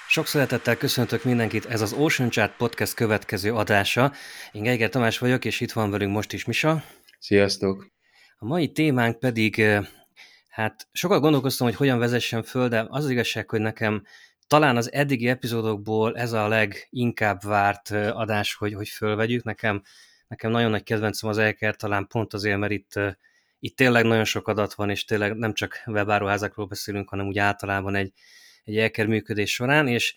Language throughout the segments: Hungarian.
Sok szeretettel köszöntök mindenkit, ez az Ocean Chart Podcast következő adása. Én Geiger Tamás vagyok, és itt van velünk most is Misa. Sziasztok! A mai témánk pedig, hát sokat gondolkoztam, hogy hogyan vezessem föl, de az igazság, hogy nekem talán az eddigi epizódokból ez a leginkább várt adás, hogy fölvegyük. Nekem nagyon nagy kedvencem az EKR, talán pont azért, mert itt tényleg nagyon sok adat van, és tényleg nem csak webáruházakról beszélünk, hanem úgy általában egy EKR működés során, és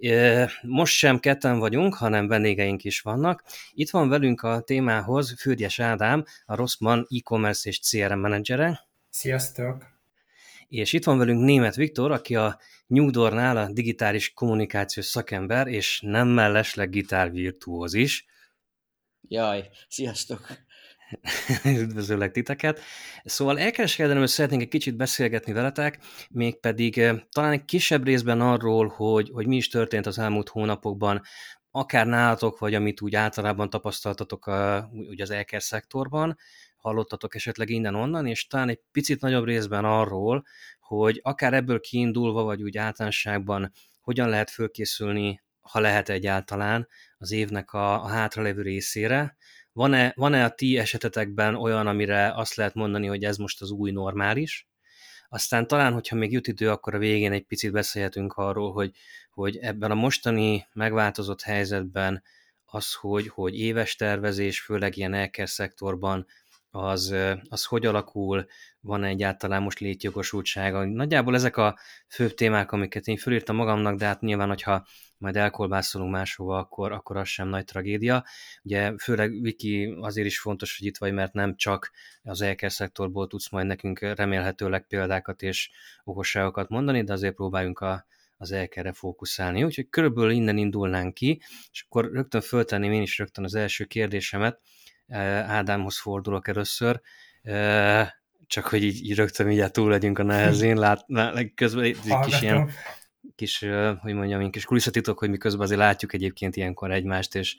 most sem ketten vagyunk, hanem vendégeink is vannak. Itt van velünk a témához Fürgyes Ádám, a Rossmann e-commerce és CRM menedzsere. Sziasztok! És itt van velünk Németh Viktor, aki a Nyugdornál a digitális kommunikációs szakember, és nem mellesleg gitárvirtuóz is. Jaj, sziasztok! Üdvözöllek titeket. Szóval elkereskedelemről szeretnénk egy kicsit beszélgetni veletek, mégpedig talán egy kisebb részben arról, hogy mi is történt az elmúlt hónapokban, akár nálatok, vagy amit úgy általában tapasztaltatok ugye az EKR szektorban, hallottatok esetleg innen-onnan, és talán egy picit nagyobb részben arról, hogy akár ebből kiindulva, vagy úgy általánosságban hogyan lehet fölkészülni, ha lehet egyáltalán, az évnek a hátralévő részére. Van-e a ti esetetekben olyan, amire azt lehet mondani, hogy ez most az új normális? Aztán talán, hogyha még jut idő, akkor a végén egy picit beszélhetünk arról, hogy ebben a mostani megváltozott helyzetben az, hogy éves tervezés, főleg ilyen EKR szektorban, az hogy alakul, van egyáltalán most létjogosultsága. Nagyjából ezek a főbb témák, amiket én fölírtam magamnak, de hát nyilván, hogyha majd elkolbászolunk máshova, akkor az sem nagy tragédia. Ugye főleg Viki azért is fontos, hogy itt vagy, mert nem csak az EKR szektorból tudsz majd nekünk remélhetőleg példákat és okosságokat mondani, de azért próbáljunk az EKR-re fókuszálni. Úgyhogy körülbelül innen indulnánk ki, és akkor rögtön föltenném én is rögtön az első kérdésemet. Ádámhoz fordulok először, csak hogy így rögtön így túl legyünk a nehezén, közben egy kis, hogy mondjam, én kis kulisszatitok, hogy mi közben azért látjuk egyébként ilyenkor egymást, és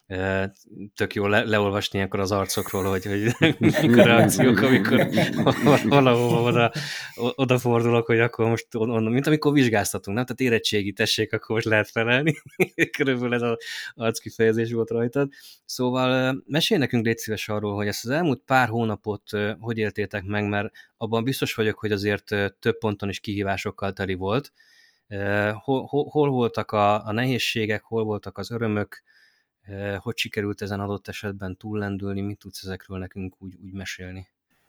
tök jó leolvasni ilyenkor az arcokról, hogy mik a reakciók, amikor valahova odafordulok, hogy akkor most onnan, mint amikor vizsgáztatunk, nem? Tehát érettségi, tessék, akkor most lehet felelni. Körülbelül ez az arckifejezés volt rajtad. Szóval mesélj nekünk légy szíves arról, hogy ezt az elmúlt pár hónapot hogy éltétek meg, mert abban biztos vagyok, hogy azért több ponton is kihívásokkal teli volt. Hol voltak a nehézségek, hol voltak az örömök, hogy sikerült ezen adott esetben túllendülni, mit tudsz ezekről nekünk úgy mesélni?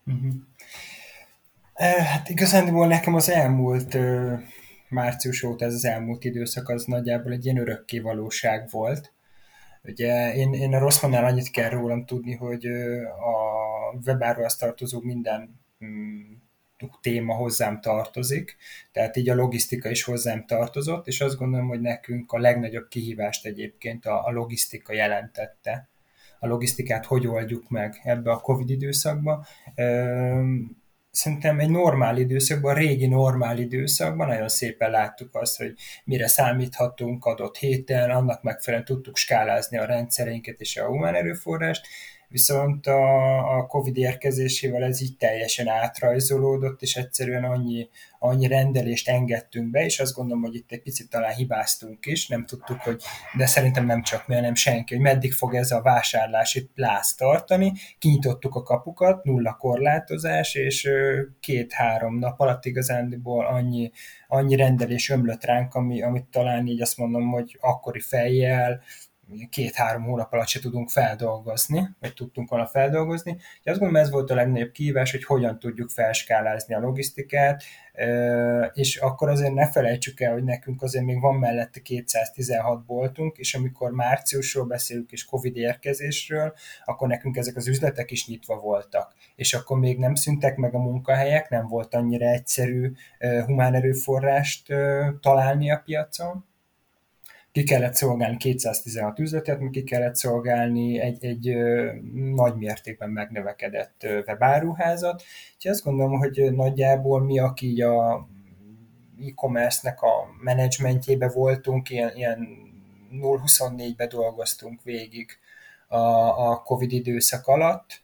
Hát igazándiból nekem az elmúlt március óta ez az elmúlt időszak az nagyjából egy ilyen örökké valóság volt. Ugye én a Rossmannnál annyit kell rólam tudni, hogy a webáruhoz tartozó minden téma hozzám tartozik, tehát így a logisztika is hozzám tartozott, és azt gondolom, hogy nekünk a legnagyobb kihívást egyébként a logisztika jelentette. A logisztikát hogy oldjuk meg ebbe a Covid időszakba. Szerintem egy normál időszakban, a régi normál időszakban nagyon szépen láttuk azt, hogy mire számíthatunk adott héten, annak megfelelően tudtuk skálázni a rendszereinket és a humán erőforrást, viszont a Covid érkezésével ez így teljesen átrajzolódott, és egyszerűen annyi rendelést engedtünk be, és azt gondolom, hogy itt egy picit talán hibáztunk is, nem tudtuk, hogy, de szerintem nem csak mi, hanem senki, hogy meddig fog ez a vásárlási pláz tartani. Kinyitottuk a kapukat, nulla korlátozás, és 2-3 nap alatt igazándiból annyi rendelés ömlött ránk, amit talán így azt mondom, hogy akkori fejjel 2-3 hónap alatt se tudunk feldolgozni, vagy tudtunk volna feldolgozni. Azt gondolom, ez volt a legnagyobb kihívás, hogy hogyan tudjuk felskálázni a logisztikát, és akkor azért ne felejtsük el, hogy nekünk azért még van mellette 216 boltunk, és amikor márciusról beszélünk és Covid érkezésről, akkor nekünk ezek az üzletek is nyitva voltak. És akkor még nem szűntek meg a munkahelyek, nem volt annyira egyszerű humán erőforrást találni a piacon. Ki kellett szolgálni 216 üzletet, meg ki kellett szolgálni egy nagy mértékben megnövekedett webáruházat. Úgyhogy azt gondolom, hogy nagyjából mi, aki így a e-commerce-nek a menedzsmentjébe voltunk, ilyen 0-24-be dolgoztunk végig a Covid időszak alatt.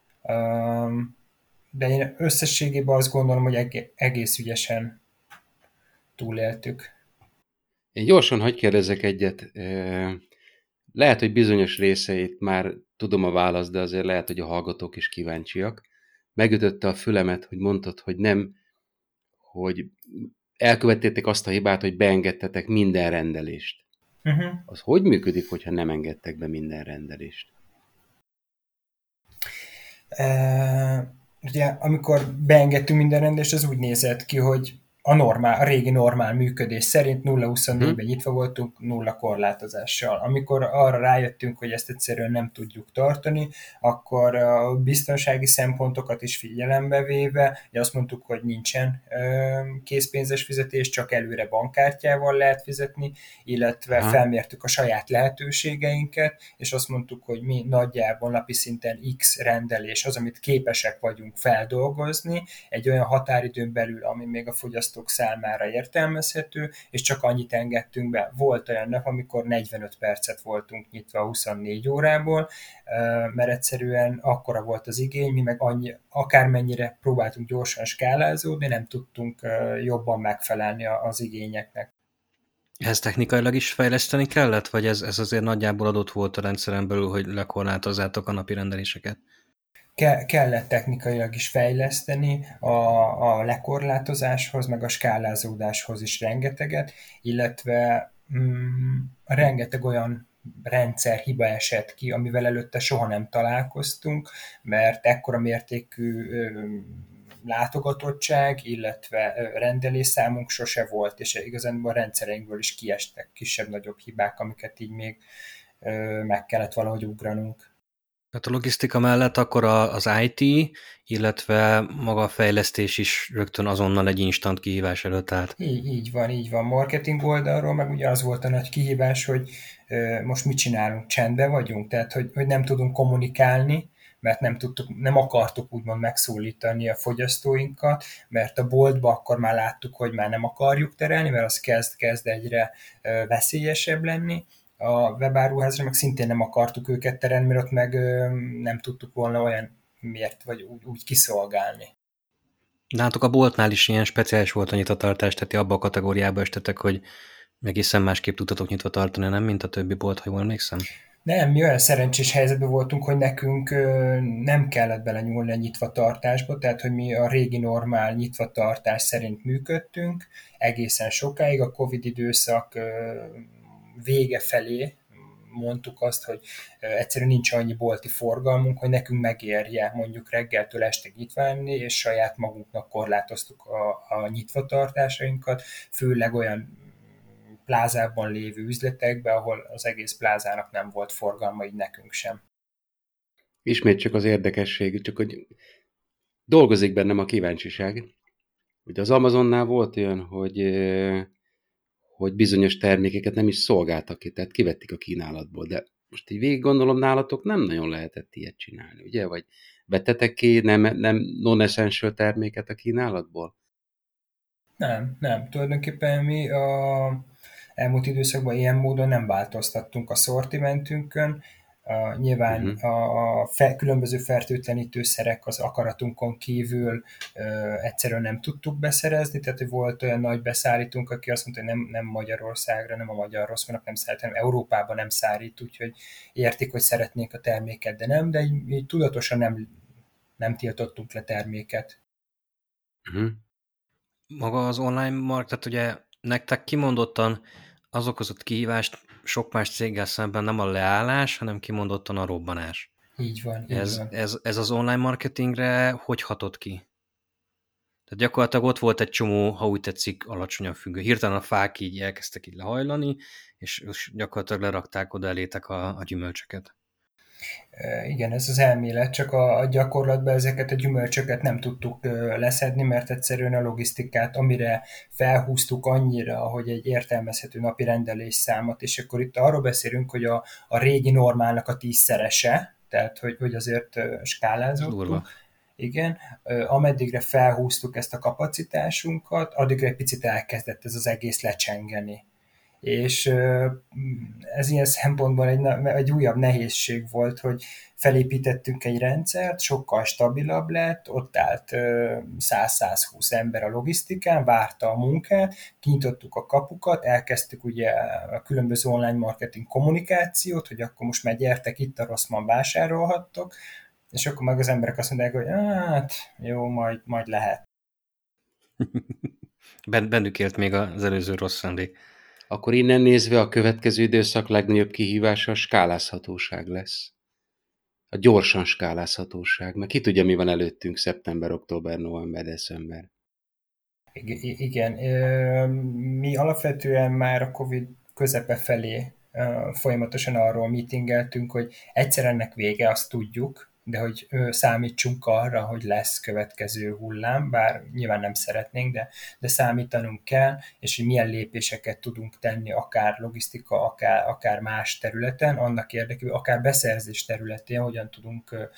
De én összességében azt gondolom, hogy egész ügyesen túléltük. Én gyorsan hagyj kérdezzek egyet. Lehet, hogy bizonyos részeit már tudom a választ, de azért lehet, hogy a hallgatók is kíváncsiak. Megütötte a fülemet, hogy mondtad, hogy nem, hogy elkövettétek azt a hibát, hogy beengedtetek minden rendelést. Uh-huh. Az hogy működik, hogyha nem engedtek be minden rendelést? Ugye, amikor beengedtünk minden rendelést, az úgy nézett ki, hogy a régi normál működés szerint 0-24-ben nyitva voltunk, nulla korlátozással. Amikor arra rájöttünk, hogy ezt egyszerűen nem tudjuk tartani, akkor a biztonsági szempontokat is figyelembe véve, azt mondtuk, hogy nincsen készpénzes fizetés, csak előre bankkártyával lehet fizetni, illetve felmértük a saját lehetőségeinket, és azt mondtuk, hogy mi nagyjából napi szinten X rendelés az, amit képesek vagyunk feldolgozni, egy olyan határidőn belül, ami még a fogyasztók számára értelmezhető, és csak annyit engedtünk be. Volt olyan nap, amikor 45 percet voltunk nyitva 24 órából, mert egyszerűen akkora volt az igény, mi meg akármennyire próbáltunk gyorsan skálázódni, nem tudtunk jobban megfelelni az igényeknek. Ez technikailag is fejleszteni kellett, vagy ez azért nagyjából adott volt a rendszeren belül, hogy lekorlátozzátok a napi rendeléseket? Kellett technikailag is fejleszteni a lekorlátozáshoz, meg a skálázódáshoz is rengeteget, illetve rengeteg olyan rendszerhiba esett ki, amivel előtte soha nem találkoztunk, mert ekkora mértékű látogatottság, illetve rendelésszámunk sose volt, és igazán a rendszereinkből is kiestek kisebb-nagyobb hibák, amiket így még meg kellett valahogy ugranunk. Tehát a logisztika mellett akkor az IT, illetve maga a fejlesztés is rögtön azonnal egy instant kihívás előtt állt. Így van. Marketing oldalról meg ugye az volt a nagy kihívás, hogy most mit csinálunk, csendben vagyunk, tehát hogy nem tudunk kommunikálni, mert nem akartuk úgymond megszólítani a fogyasztóinkat, mert a boltba akkor már láttuk, hogy már nem akarjuk terelni, mert az kezd egyre veszélyesebb lenni. A webáruházra meg szintén nem akartuk őket terelni, mert ott meg nem tudtuk volna olyan miért, vagy úgy kiszolgálni. Nálatok a boltnál is ilyen speciális volt a nyitvatartás, tehát abba a kategóriába estetek, hogy egészen másképp tudtatok nyitva tartani, nem mint a többi bolt, ha jól emlékszem? Nem, mi olyan szerencsés helyzetben voltunk, hogy nekünk nem kellett belenyúlni a nyitvatartásba, tehát hogy mi a régi normál nyitvatartás szerint működtünk egészen sokáig, a Covid időszak vége felé mondtuk azt, hogy egyszerűen nincs annyi bolti forgalmunk, hogy nekünk megérje mondjuk reggeltől estig nyitva lenni, és saját magunknak korlátoztuk a nyitvatartásainkat, főleg olyan plázában lévő üzletekbe, ahol az egész plázának nem volt forgalma, így nekünk sem. Ismét csak az érdekesség, csak hogy dolgozik bennem a kíváncsiság. Ugye az Amazonnál volt olyan, hogy bizonyos termékeket nem is szolgáltak ki, tehát kivették a kínálatból, de most így végig gondolom, nálatok nem nagyon lehetett ilyet csinálni, ugye? Vagy vettetek ki nem non-essential terméket a kínálatból? Nem. Tulajdonképpen mi a elmúlt időszakban ilyen módon nem változtattunk a szortimentünkön. Nyilván a különböző fertőtlenítőszerek az akaratunkon kívül egyszerűen nem tudtuk beszerezni, tehát hogy volt olyan nagy beszállítónk, aki azt mondta, hogy nem Magyarországra, nem a magyar rosszmanak nem szállít, hanem Európában nem szállít, úgyhogy értik, hogy szeretnék a terméket, de nem, de így tudatosan nem tiltottunk le terméket. Maga az online market, ugye nektek kimondottan az okozott kihívást sok más céggel szemben nem a leállás, hanem kimondottan a robbanás. Így van. Ez az online marketingre hogy hatott ki? Tehát gyakorlatilag ott volt egy csomó, ha úgy tetszik, alacsonyan függő. Hirtelen a fák így elkezdtek így lehajlani, és gyakorlatilag lerakták oda elétek a gyümölcsöket. Igen, ez az elmélet, csak a gyakorlatban ezeket a gyümölcsöket nem tudtuk leszedni, mert egyszerűen a logisztikát, amire felhúztuk annyira, hogy egy értelmezhető napi rendelésszámot, és akkor itt arról beszélünk, hogy a régi normálnak a 10-szerese, tehát hogy azért skálázottunk. Igen, ameddigre felhúztuk ezt a kapacitásunkat, addigra egy picit elkezdett ez az egész lecsengeni. És ez ilyen szempontból egy újabb nehézség volt, hogy felépítettünk egy rendszert, sokkal stabilabb lett, ott állt 100-120 ember a logisztikán, várta a munkát, kinyitottuk a kapukat, elkezdtük ugye a különböző online marketing kommunikációt, hogy akkor most már gyertek, itt a Rosszman vásárolhattok, és akkor meg az emberek azt mondják, hogy hát jó, majd lehet. Bennük élt még az előző rossz szándék. Akkor innen nézve a következő időszak legnagyobb kihívása a skálázhatóság lesz. A gyorsan skálázhatóság, mert ki tudja, mi van előttünk szeptember, október, november, december. Igen, mi alapvetően már a Covid közepe felé folyamatosan arról meetingeltünk, hogy egyszer ennek vége, azt tudjuk, de hogy számítsunk arra, hogy lesz következő hullám, bár nyilván nem szeretnénk, de számítanunk kell, és hogy milyen lépéseket tudunk tenni, akár logisztika, akár más területen, annak érdekében, akár beszerzés területén, hogyan tudunk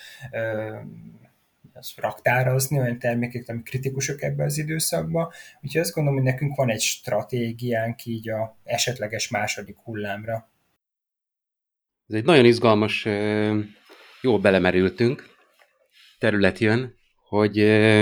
raktározni olyan termékeket, amik kritikusok ebben az időszakban. Úgyhogy azt gondolom, hogy nekünk van egy stratégiánk így a esetleges második hullámra. Ez egy nagyon izgalmas, jól belemerültünk, terület jön, hogy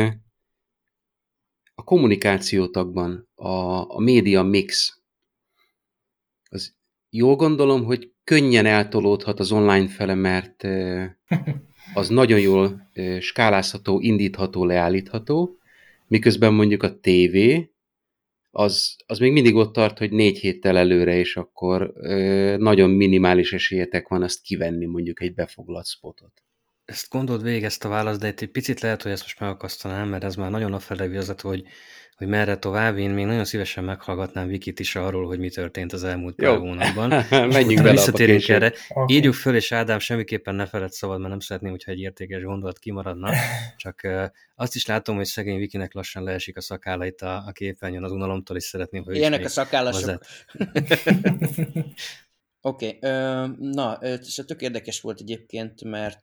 a kommunikációtagban a média mix, az jól gondolom, hogy könnyen eltolódhat az online fele, mert az nagyon jól skálázható, indítható, leállítható, miközben mondjuk a tévé, az még mindig ott tart, hogy 4 héttel előre, és akkor nagyon minimális esélyetek van azt kivenni mondjuk egy befoglalt spotot. Ezt gondold végig ezt a választ, de itt egy picit lehet, hogy ezt most megakasztanám, mert ez már nagyon afelé vezet, hogy merre tovább. Én még nagyon szívesen meghallgatnám Vikit is arról, hogy mi történt az elmúlt pár hónapban. Menjünk bele visszatérünk abba erre. Okay. Írjuk föl, és Ádám, semmiképpen ne feled szabad, mert nem szeretném, hogyha egy értékes gondolat kimaradna. Csak azt is látom, hogy szegény Vikinek lassan leesik a szakálla itt a képernyőn az unalomtól, és szeretném, hogy ilyenek a szakállasok. Oké, na, ez tök érdekes volt egyébként, mert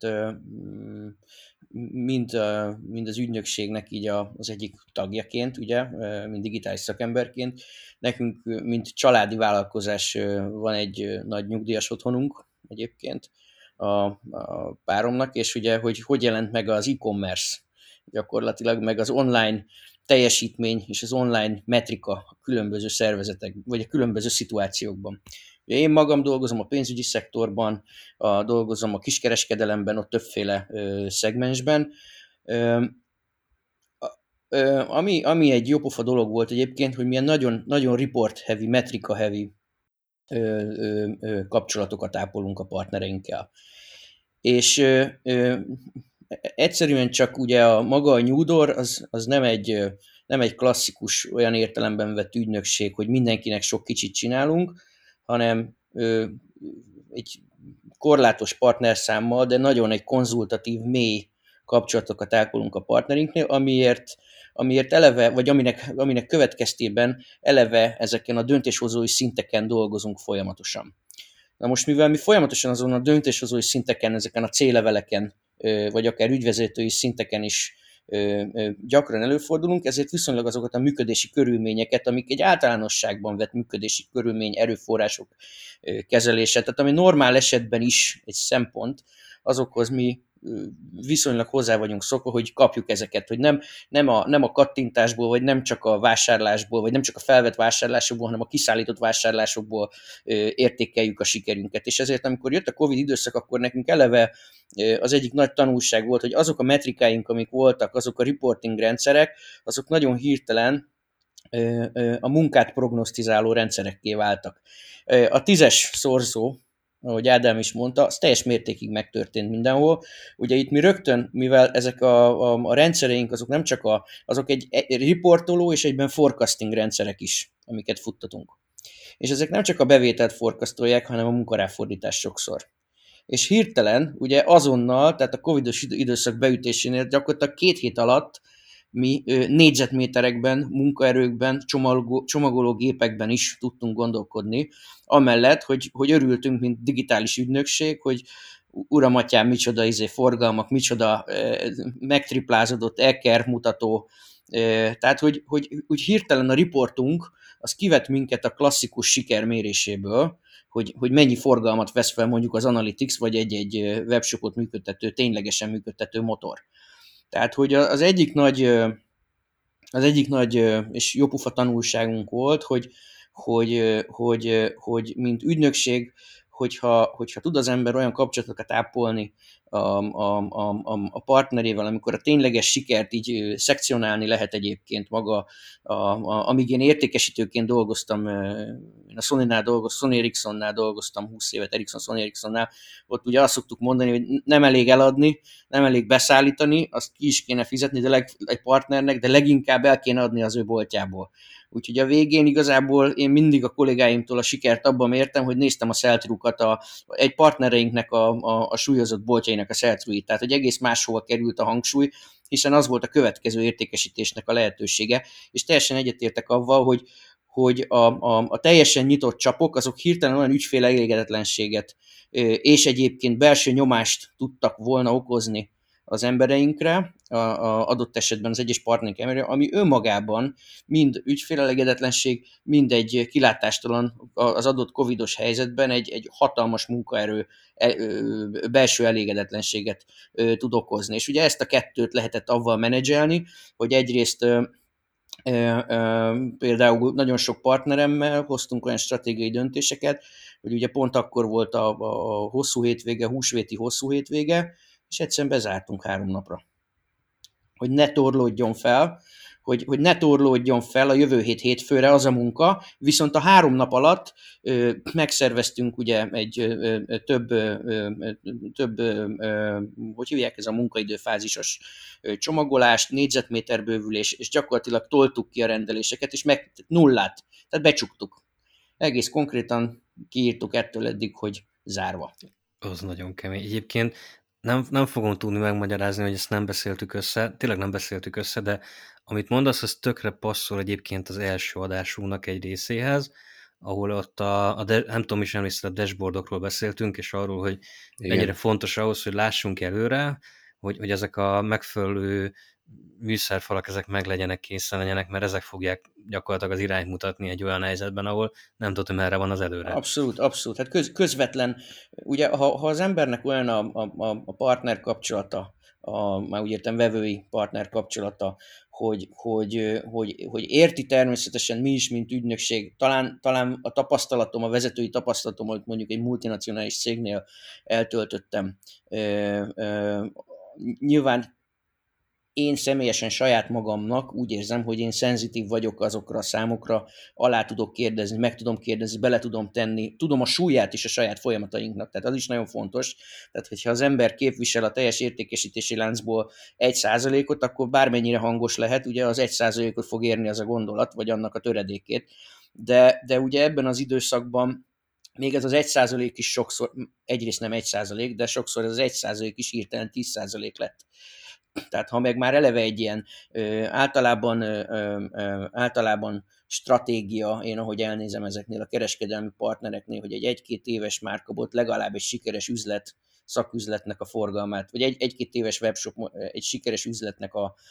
mind az ügynökségnek így az egyik tagjaként, ugye, mint digitális szakemberként, nekünk, mint családi vállalkozás van egy nagy nyugdíjas otthonunk egyébként a páromnak, és ugye, hogy jelent meg az e-commerce gyakorlatilag, meg az online teljesítmény és az online metrika a különböző szervezetek, vagy a különböző szituációkban. Én magam dolgozom a pénzügyi szektorban, dolgozom a kiskereskedelemben, ott többféle szegmensben. Ami egy jópofa dolog volt egyébként, hogy milyen nagyon, nagyon report heavy, metrika heavy kapcsolatokat ápolunk a partnereinkkel. És egyszerűen csak ugye maga a Newdoor az nem egy klasszikus olyan értelemben vett ügynökség, hogy mindenkinek sok kicsit csinálunk, hanem egy korlátos partnerszámmal, de nagyon egy konzultatív, mély kapcsolatokat ápolunk a partnerinknél, amiért eleve, vagy aminek következtében eleve ezeken a döntéshozói szinteken dolgozunk folyamatosan. Na most, mivel mi folyamatosan azon a döntéshozói szinteken, ezeken a C-leveleken, vagy akár ügyvezetői szinteken is gyakran előfordulunk, ezért viszonylag azokat a működési körülményeket, amik egy általánosságban vett működési körülmény, erőforrások kezelése, tehát ami normál esetben is egy szempont, azokhoz mi viszonylag hozzá vagyunk szokva, hogy kapjuk ezeket, hogy nem a kattintásból, vagy nem csak a vásárlásból, vagy nem csak a felvett vásárlásokból, hanem a kiszállított vásárlásokból értékeljük a sikerünket. És ezért, amikor jött a Covid időszak, akkor nekünk eleve az egyik nagy tanulság volt, hogy azok a metrikáink, amik voltak, azok a reporting rendszerek, azok nagyon hirtelen a munkát prognosztizáló rendszerekké váltak. A 10-es szorzó, ahogy Ádám is mondta, az teljes mértékig megtörtént mindenhol. Ugye itt mi rögtön, mivel ezek a rendszereink, azok nem csak azok egy riportoló és egyben forecasting rendszerek is, amiket futtatunk. És ezek nem csak a bevételt forecastolják, hanem a munkaráfordítás sokszor. És hirtelen, ugye azonnal, tehát a Covid-os időszak beütésénél gyakorlatilag 2 hét alatt mi négyzetméterekben, munkaerőkben, csomagológépekben is tudtunk gondolkodni, amellett, hogy örültünk, mint digitális ügynökség, hogy uram, atyám, micsoda forgalmak, micsoda megtriplázódott EKR mutató, Tehát, hogy hirtelen a riportunk, az kivet minket a klasszikus siker méréséből, hogy mennyi forgalmat vesz fel mondjuk az Analytics, vagy egy webshopot működtető, ténylegesen működtető motor. Tehát, hogy az egyik nagy és jópofa tanulságunk volt, hogy mint ügynökség, hogyha tud az ember olyan kapcsolatokat ápolni a partnerével, amikor a tényleges sikert így szekcionálni lehet egyébként maga, amíg én értékesítőként dolgoztam, én a Sony Ericssonnál dolgoztam 20 évet, Sony Ericssonnál, ott ugye azt szoktuk mondani, hogy nem elég eladni, nem elég beszállítani, azt ki is kéne fizetni egy partnernek, de leginkább el kéne adni az ő boltjából. Úgyhogy a végén igazából én mindig a kollégáimtól a sikert abban mértem, hogy néztem a sell-through-kat, egy partnereinknek a súlyozott boltjainak a sell-through-it, tehát hogy egész máshol került a hangsúly, hiszen az volt a következő értékesítésnek a lehetősége, és teljesen egyetértek avval, hogy a teljesen nyitott csapok, azok hirtelen olyan ügyfél elégedetlenséget és egyébként belső nyomást tudtak volna okozni az embereinkre, adott esetben az egyes partnerek emberre, ami önmagában mind ügyfélelégedetlenség, mind egy kilátástalan az adott covidos helyzetben egy hatalmas munkaerő belső elégedetlenséget tud okozni. És ugye ezt a kettőt lehetett avval menedzselni, hogy egyrészt például nagyon sok partneremmel hoztunk olyan stratégiai döntéseket, hogy ugye pont akkor volt a hosszú hétvége, húsvéti hosszú hétvége, és egyszerűen bezártunk 3 napra. Hogy ne torlódjon fel, hogy ne torlódjon fel a jövő hétfőre az a munka, viszont a 3 nap alatt megszerveztünk ugye egy több hogy hívják ez a munkaidőfázisos csomagolást, négyzetméterbővülés, és gyakorlatilag toltuk ki a rendeléseket, és nullát, tehát becsuktuk. Egész konkrétan kiírtuk ettől eddig, hogy zárva. Az nagyon kemény. Egyébként nem fogom tudni megmagyarázni, hogy ezt nem beszéltük össze, tényleg nem beszéltük össze, de amit mondasz, az tökre passzol egyébként az első adásunknak egy részéhez, ahol ott nem tudom is emlékszel, a dashboardokról beszéltünk, és arról, hogy mennyire fontos ahhoz, hogy lássunk előre, hogy ezek a megfelelő műszerfalak, ezek meg legyenek, készen legyenek, mert ezek fogják gyakorlatilag az irányt mutatni egy olyan helyzetben, ahol nem tudom, hogy merre van az előre. Abszolút. Hát közvetlen, ugye ha az embernek olyan a partner kapcsolata, már úgy értem vevői partner kapcsolata, hogy érti természetesen mi is, mint ügynökség, talán a tapasztalatom, a vezetői tapasztalatom, amit mondjuk egy multinacionális cégnél eltöltöttem, nyilván én személyesen saját magamnak úgy érzem, hogy én szenzitív vagyok azokra a számokra, alá tudok kérdezni, meg tudom kérdezni, bele tudom tenni, tudom a súlyát is a saját folyamatainknak, tehát az is nagyon fontos. Tehát, hogyha az ember képvisel a teljes értékesítési láncból 1%-ot, akkor bármennyire hangos lehet, ugye az 1%-ot fog érni az a gondolat, vagy annak a töredékét. De ugye ebben az időszakban még ez az 1% is sokszor, egyrészt nem 1%, de sokszor ez az 1% is hirtelen 10% lett. Tehát ha meg már eleve egy ilyen általában stratégia, én ahogy elnézem ezeknél a kereskedelmi partnereknél, hogy egy 1-2 éves márkabot legalább egy sikeres szaküzletnek a forgalmát, vagy egy-két éves webshop egy sikeres üzletnek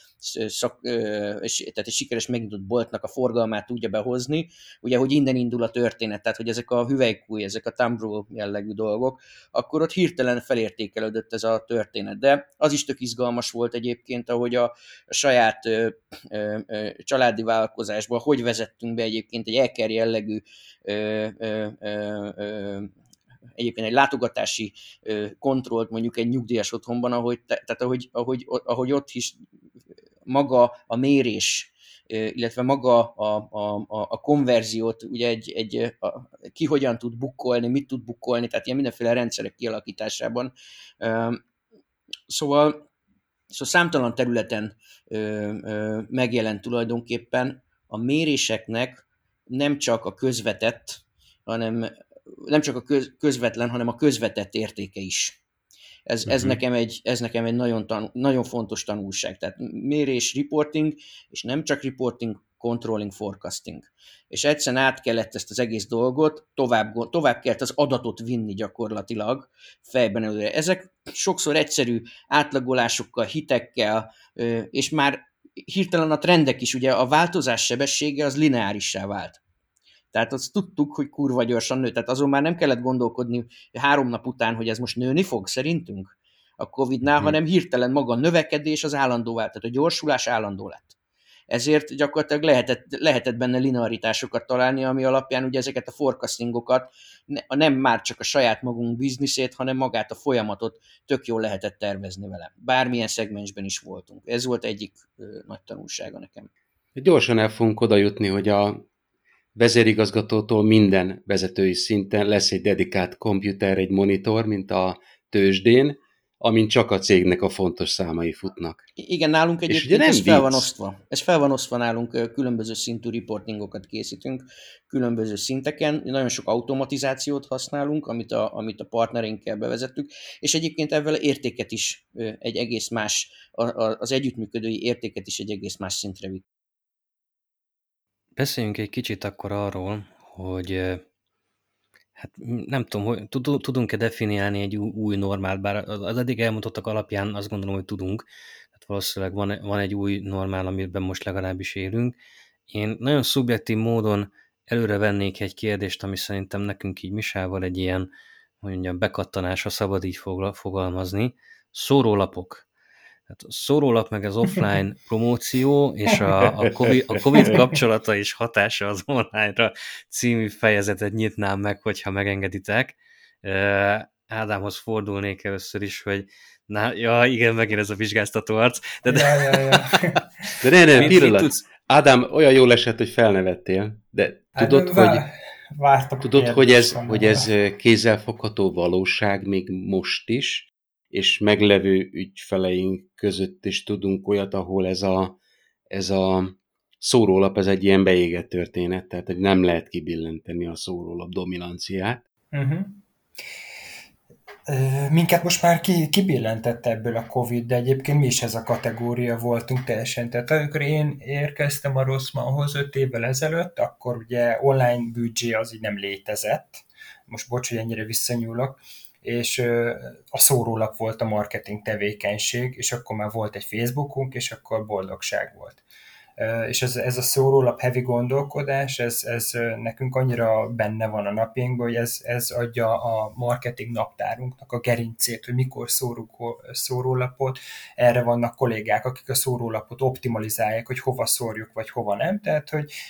tehát egy sikeres megnyitott boltnak a forgalmát tudja behozni, ugye, hogy innen indul a történet, tehát hogy ezek a hüvelykúj, ezek a thumb rule jellegű dolgok, akkor ott hirtelen felértékelődött ez a történet. De az is tök izgalmas volt egyébként, ahogy a saját családi vállalkozásban hogy vezettünk be egyébként egy EKR jellegű egyébként egy látogatási kontrollt mondjuk egy nyugdíjas otthonban, ahogy ott is maga a mérés, illetve maga a konverziót, ugye ki hogyan tud bukkolni, mit tud bukkolni, tehát ilyen mindenféle rendszerek kialakításában. Szóval számtalan területen megjelent tulajdonképpen a méréseknek nem csak a közvetett, nem csak a közvetlen, hanem a közvetett értéke is. Ez nekem egy nagyon fontos tanulság. Tehát mérés, reporting, és nem csak reporting, controlling, forecasting. És egyszerűen át kellett ezt az egész dolgot, tovább kellett az adatot vinni gyakorlatilag fejben előre. Ezek sokszor egyszerű átlagolásokkal, hitekkel, és már hirtelen a trendek is, ugye a változás sebessége az lineárissá vált. Tehát azt tudtuk, hogy kurva gyorsan nő. Tehát azon már nem kellett gondolkodni 3 nap után, hogy ez most nőni fog szerintünk a Covid-nál, hanem hirtelen maga a növekedés az állandó vált. Tehát a gyorsulás állandó lett. Ezért gyakorlatilag lehetett benne linearitásokat találni, ami alapján ugye ezeket a forecastingokat nem már csak a saját magunk bizniszét, hanem magát a folyamatot tök jól lehetett tervezni vele. Bármilyen szegmensben is voltunk. Ez volt egyik nagy tanulsága nekem. Gyorsan el fogunk oda jutni, hogy a vezérigazgatótól minden vezetői szinten lesz egy dedikált komputer, egy monitor, mint a tőzsdén, amin csak a cégnek a fontos számai futnak. Igen, nálunk egyébként ez fel van osztva. Ez fel van osztva nálunk, különböző szintű reportingokat készítünk, különböző szinteken, nagyon sok automatizációt használunk, amit a partnereinkkel bevezettük, és egyébként ezzel értéket is egy egész más, az együttműködői értéket is egy egész más szintre vitt. Beszéljünk egy kicsit akkor arról, hogy hát nem tudom, hogy tudunk-e definiálni egy új normát, bár az eddig elmondottak alapján azt gondolom, hogy tudunk. Hát valószínűleg van egy új normál, amiben most legalábbis élünk. Én nagyon szubjektív módon előre vennék egy kérdést, ami szerintem nekünk így Misával egy ilyen, hogy mondjam, bekattanásra szabad így fogalmazni. Szórólapok. Hát a szórólap meg az offline promóció és a COVID kapcsolata és hatása az online-ra című fejezetet nyitnám meg, hogyha megengeditek. Ádámhoz fordulnék először is, hogy igen, megint ez a vizsgáztató arc. De ne, pillanat. Ádám, olyan jól esett, hogy felnevettél, de tudod, hogy ez kézzelfogható valóság még most is, és meglevő ügyfeleink között is tudunk olyat, ahol ez a szórólap, ez egy ilyen beégett történet, tehát hogy nem lehet kibillenteni a szórólap dominanciát. Minket most már kibillentett ebből a Covid, de egyébként mi is ez a kategória voltunk teljesen. Tehát amikor én érkeztem a Rossmannhoz 5 évvel ezelőtt, akkor ugye online büdzsé az így nem létezett. Most bocs, hogy ennyire visszanyúlok. És a szórólap volt a marketing tevékenység, és akkor már volt egy Facebookunk, és akkor boldogság volt. És ez a szórólap heavy gondolkodás, ez nekünk annyira benne van a napjainkban, hogy ez adja a marketing naptárunknak a gerincét, hogy mikor szórunk szórólapot. Erre vannak kollégák, akik a szórólapot optimalizálják, hogy hova szórjuk, vagy hova nem. Tehát,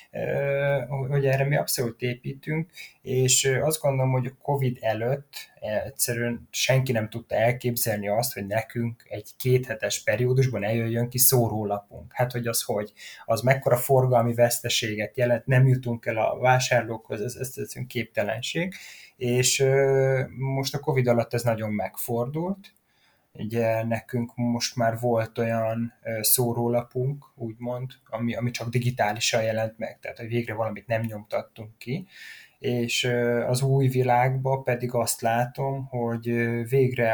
hogy erre mi abszolút építünk, és azt gondolom, hogy a Covid előtt egyszerűen senki nem tudta elképzelni azt, hogy nekünk egy 2 hetes periódusban eljöjjön ki szórólapunk. Hát, hogy az mekkora forgalmi veszteséget jelent, nem jutunk el a vásárlókhoz, ez képtelenség. És most a Covid alatt ez nagyon megfordult. Ugye nekünk most már volt olyan szórólapunk, úgymond, ami csak digitálisan jelent meg, tehát hogy végre valamit nem nyomtattunk ki, és az új világban pedig azt látom, hogy végre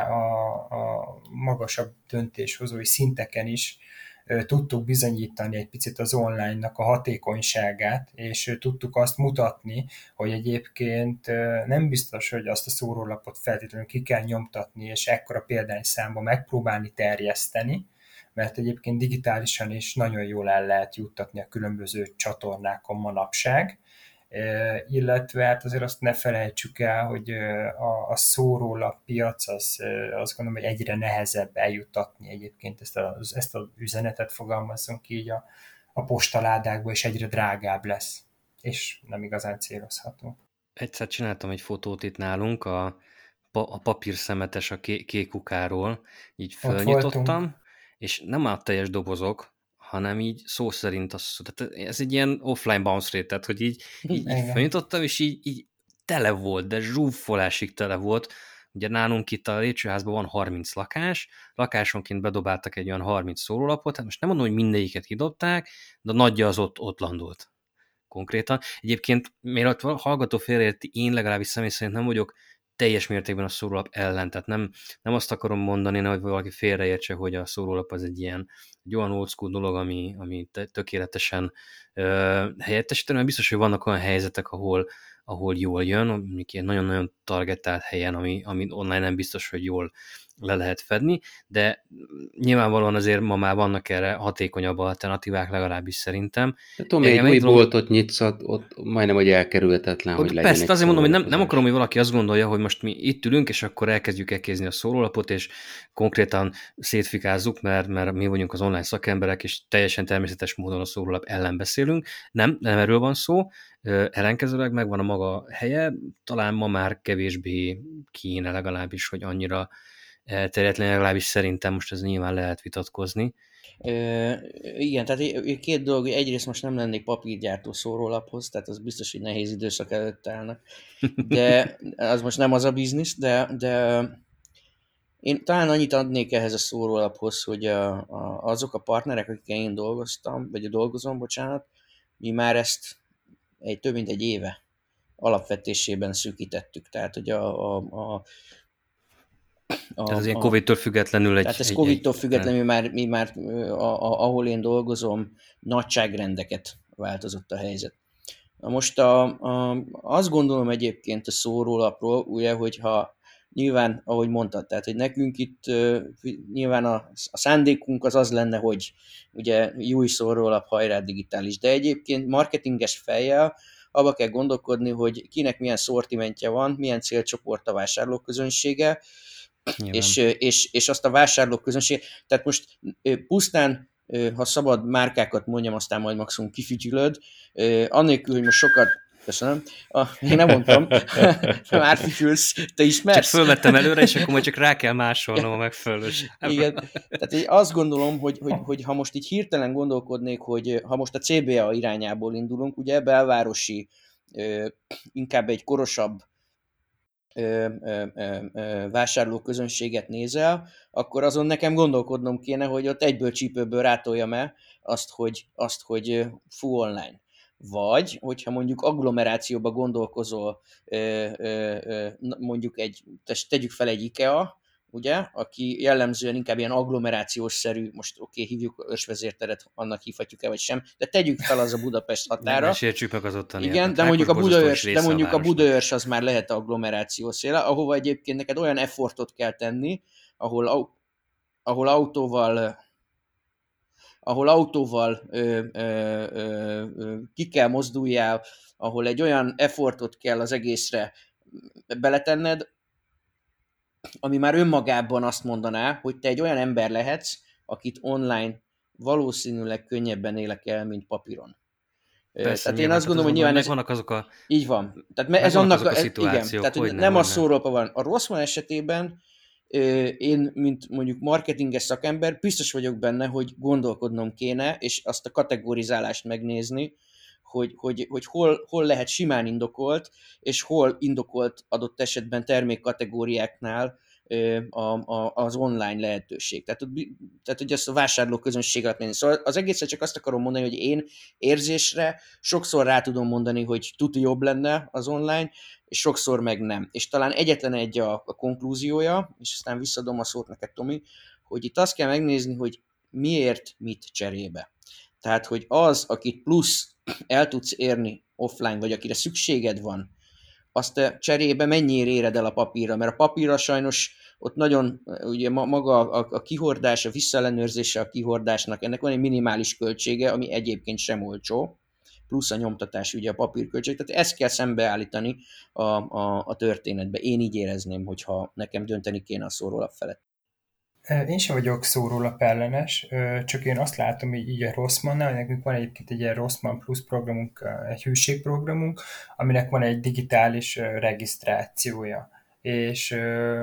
a magasabb döntéshozói szinteken is tudtuk bizonyítani egy picit az online-nak a hatékonyságát, és tudtuk azt mutatni, hogy egyébként nem biztos, hogy azt a szórólapot feltétlenül ki kell nyomtatni, és ekkora példányszámba megpróbálni terjeszteni, mert egyébként digitálisan is nagyon jól el lehet juttatni a különböző csatornákon manapság, illetve hát azért azt ne felejtsük el, hogy a szórólap piac azt gondolom, hogy egyre nehezebb eljuttatni egyébként ezt az üzenetet fogalmazzunk így a postaládákba, és egyre drágább lesz, és nem igazán célozható. Egyszer csináltam egy fotót itt nálunk, a papírszemetes a kék kukáról, így fölnyitottam, és nem a teljes dobozok, hanem így szó szerint tehát ez egy ilyen offline bounce rate, tehát hogy így felnyitottam, és így tele volt, de zsúfolásig tele volt. Ugye nálunk itt a lépcsőházban van 30 lakásonként bedobáltak egy olyan 30 szórólapot, hát most nem mondom, hogy mindegyiket kidobták, de a nagyja az ott landolt konkrétan. Egyébként, miért a hallgató félreérti, én legalábbis személy szerint nem vagyok teljes mértékben a szórólap ellen, tehát nem azt akarom mondani, hogy valaki félreértse, hogy a szórólap az egy olyan old school dolog, ami tökéletesen helyettesíteni, mert biztos, hogy vannak olyan helyzetek, ahol ahol jól jön, mondjuk ilyen nagyon-nagyon targetált helyen, ami online nem biztos, hogy jól le lehet fedni, de nyilvánvalóan azért ma már vannak erre hatékonyabb alternatívák, legalábbis szerintem. De Tomi, egy új boltot nyitsz, ott majdnem, hogy elkerülhetetlen, hogy legyen persze, egy azért mondom, hogy nem szórólapozás. akarom, hogy valaki azt gondolja, hogy most mi itt ülünk, és akkor elkezdjük elkézni a szórólapot, és konkrétan szétfikázzuk, mert mi vagyunk az online szakemberek, és teljesen természetes módon a szórólap ellen beszélünk. Nem erről van szó, ellenkezőleg megvan a maga helye, talán ma már kevésbé kéne legalábbis, hogy annyira terjedlen, legalábbis szerintem most ez nyilván lehet vitatkozni. Igen, tehát két dolog, egyrészt most nem lennék papírgyártó szórólaphoz, tehát az biztos, hogy nehéz időszak előtt állnak, de az most nem az a biznisz, de én talán annyit adnék ehhez a szórólaphoz, hogy azok a partnerek, akikkel én dolgoztam, vagy dolgozom, bocsánat, mi már ezt több mint egy éve alapvetésében szűkítettük, tehát hogy Tehát ez ilyen Covid-tól függetlenül tehát ez Covid-tól függetlenül mi már ahol én dolgozom, nagyságrendeket változott a helyzet. Na most azt gondolom egyébként a szórólapról, ugye, hogyha nyilván, ahogy mondtad, tehát, hogy nekünk itt nyilván a szándékunk az lenne, hogy ugye új szórólap, hajrá digitális, de egyébként marketinges fejjel abba kell gondolkodni, hogy kinek milyen szortimentje van, milyen célcsoport a vásárlóközönsége, és azt a vásárlóközönség, tehát most pusztán, ha szabad márkákat mondjam, aztán majd maximum kifütyülöd, annélkül, hogy most sokat, köszönöm, én nem mondtam, már fütyülsz, te ismersz? Csak fölvettem előre, és akkor majd csak rá kell másolnom a megfelelőségre. Igen, tehát én azt gondolom, hogy ha most így hirtelen gondolkodnék, hogy ha most a CBA irányából indulunk, ugye belvárosi, inkább egy korosabb vásárlóközönséget nézel, akkor azon nekem gondolkodnom kéne, hogy ott egyből csípőből rátoljam-e azt, hogy full online. Vagy, hogyha mondjuk agglomerációba gondolkozol, mondjuk tegyük fel egy IKEA, ugye, aki jellemzően inkább ilyen agglomerációs-szerű, most hívjuk Őrsvezérteret, annak hívhatjuk-e vagy sem, de tegyük fel az a Budapest határa. Ne sértsük meg az ottani. Igen, de mondjuk a Budaörs az már lehet agglomeráció széle, ahova egyébként neked olyan effortot kell tenni, ahol autóval ki kell mozduljál, ahol egy olyan effortot kell az egészre beletenned, ami már önmagában azt mondaná, hogy te egy olyan ember lehetsz, akit online valószínűleg könnyebben élek el, mint papíron. Persze, tehát én azt gondolom, hogy nyilván megvannak azok a... Így van. Tehát ez annak a szituációk, igen, tehát hogy nem a szórólapa van. A Rossmann esetében én, mint mondjuk marketinges szakember, biztos vagyok benne, hogy gondolkodnom kéne, és azt a kategorizálást megnézni, hogy hol lehet simán indokolt, és hol indokolt adott esetben termékkategóriáknál az online lehetőség. Tehát hogy ezt a vásárló közönség alatt menni. Szóval az egészet csak azt akarom mondani, hogy én érzésre sokszor rá tudom mondani, hogy tuti jobb lenne az online, és sokszor meg nem. És talán egyetlen egy a konklúziója, és aztán visszadom a szót neked, Tomi, hogy itt azt kell megnézni, hogy miért mit cserébe. Tehát, hogy az, akit plusz el tudsz érni offline, vagy akire szükséged van, azt te cserébe mennyire éred el a papírra, mert a papírra sajnos ott nagyon, ugye maga a kihordás, a visszaellenőrzése a kihordásnak, ennek van egy minimális költsége, ami egyébként sem olcsó, plusz a nyomtatás, ugye a papírköltség, tehát ezt kell szembeállítani a történetbe. Én így érezném, hogyha nekem dönteni kéne a szórólap felett. Én sem vagyok szórólap ellenes, csak én azt látom, hogy így a Rossmannnál, nekünk van egyébként egy ilyen Rossmann Plus programunk, egy hűségprogramunk, aminek van egy digitális regisztrációja. És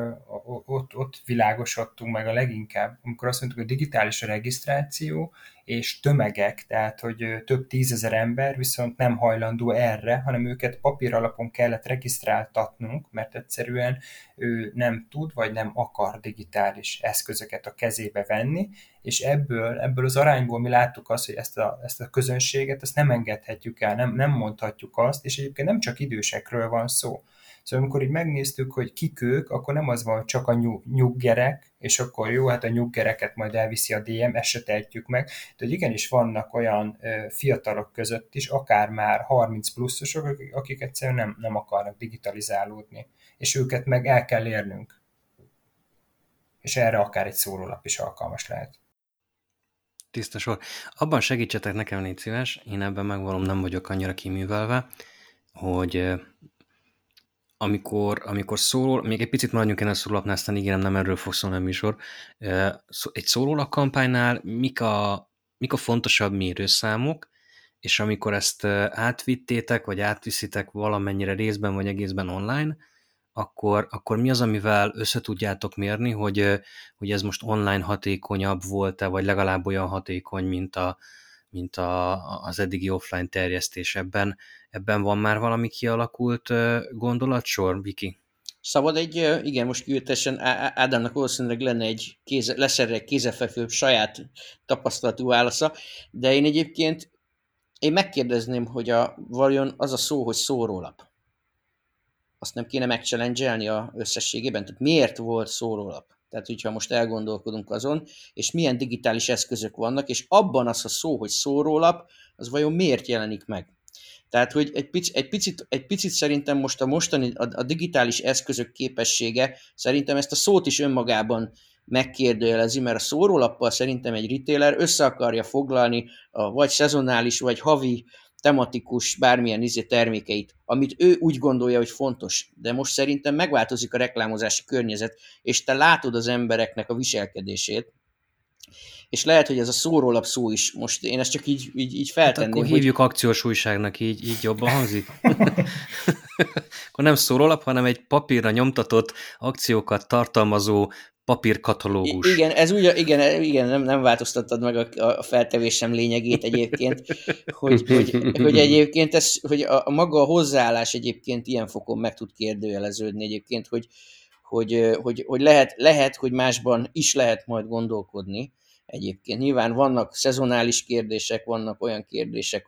ott világosodtunk meg a leginkább, amikor azt mondtuk, hogy digitális a regisztráció, és tömegek, tehát hogy több 10 000 ember viszont nem hajlandó erre, hanem őket papír alapon kellett regisztráltatnunk, mert egyszerűen ő nem tud, vagy nem akar digitális eszközöket a kezébe venni, és ebből az arányból mi láttuk azt, hogy ezt a közönséget ezt nem engedhetjük el, nem mondhatjuk azt, és egyébként nem csak idősekről van szó. Szóval amikor így megnéztük, hogy kik ők, akkor nem az van, hogy csak a nyuggerek, és akkor jó, hát a nyuggereket majd elviszi a DM, ezt se tehetjük meg. De hogy igenis vannak olyan fiatalok között is, akár már 30 pluszosok, akik egyszerűen nem akarnak digitalizálódni. És őket meg el kell érnünk. És erre akár egy szórólap is alkalmas lehet. Tiszta sor. Abban segítsetek nekem, légy szíves, én ebben megvalom, nem vagyok annyira kiművelve, hogy amikor szóló, még egy picit maradjunk ennél a szólólapnál, aztán ígérem, nem erről fog szólni a műsor. Egy szólólap kampánynál mik a fontosabb mérőszámok, és amikor ezt átvittétek, vagy átviszitek valamennyire részben, vagy egészben online, akkor mi az, amivel össze tudjátok mérni, hogy ez most online hatékonyabb volt-e, vagy legalább olyan hatékony, mint az eddigi offline terjesztés. Ebben van már valami kialakult gondolatsor, Viki? Szabad igen, most kivételesen Ádámnak valószínűleg lesz erre egy kézefekvő saját tapasztalatú válasza, de én egyébként megkérdezném, hogy vajon az a szó, hogy szórólap, azt nem kéne megchallenge-elni a összességében? Tehát miért volt szórólap? Tehát, hogyha most elgondolkodunk azon, és milyen digitális eszközök vannak, és abban az a szó, hogy szórólap, az vajon miért jelenik meg? Tehát, hogy egy picit szerintem most a digitális eszközök képessége szerintem ezt a szót is önmagában megkérdőjelezi, mert a szórólappal szerintem egy retailer össze akarja foglalni a vagy szezonális, vagy havi tematikus bármilyen termékeit, amit ő úgy gondolja, hogy fontos. De most szerintem megváltozik a reklámozási környezet, és te látod az embereknek a viselkedését, és lehet, hogy ez a szórólap szó is, most én ezt csak így feltenném. Hát akkor hívjuk akciós újságnak, így jobban hangzik? Akkor nem szórólap, hanem egy papírra nyomtatott akciókat tartalmazó papírkatalógus. Igen, ez úgy, igen, nem változtattad meg a feltevésem lényegét egyébként, hogy egyébként hogy a maga a hozzáállás egyébként ilyen fokon meg tud kérdőjeleződni egyébként, hogy lehet, hogy másban is lehet majd gondolkodni egyébként. Nyilván vannak szezonális kérdések, vannak olyan kérdések,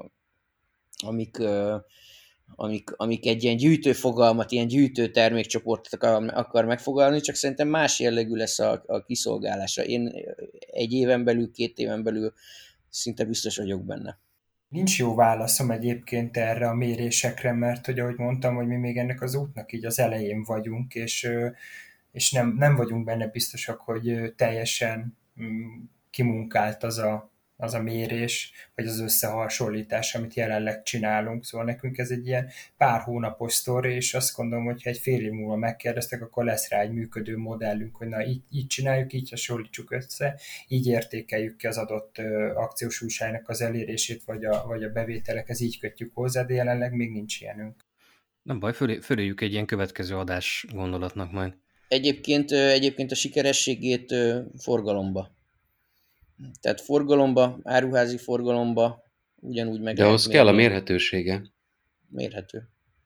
amik egy ilyen gyűjtőfogalmat, ilyen gyűjtő termékcsoportot akar megfogalmazni, csak szerintem más jellegű lesz a kiszolgálása. Én 1 éven belül, 2 éven belül szinte biztos vagyok benne. Nincs jó válaszom egyébként erre a mérésekre, mert hogy ahogy mondtam, hogy mi még ennek az útnak így az elején vagyunk, és nem vagyunk benne biztosak, hogy teljesen kimunkált az a mérés, vagy az összehasonlítás, amit jelenleg csinálunk. Szóval nekünk ez egy ilyen pár hónapos sztori, és azt gondolom, hogy ha egy fél év múlva megkérdeztek, akkor lesz rá egy működő modellünk, hogy na így csináljuk, így hasonlítsuk össze, így értékeljük ki az adott akciós újságnak az elérését, vagy a bevételekhez így kötjük hozzá, de jelenleg még nincs ilyenünk. Nem baj, föléljük egy ilyen következő adás gondolatnak majd. Egyébként a sikerességét forgalomba. Tehát forgalomba, áruházi forgalomba ugyanúgy meg. De ahhoz kell a mérhetősége. Mérhető.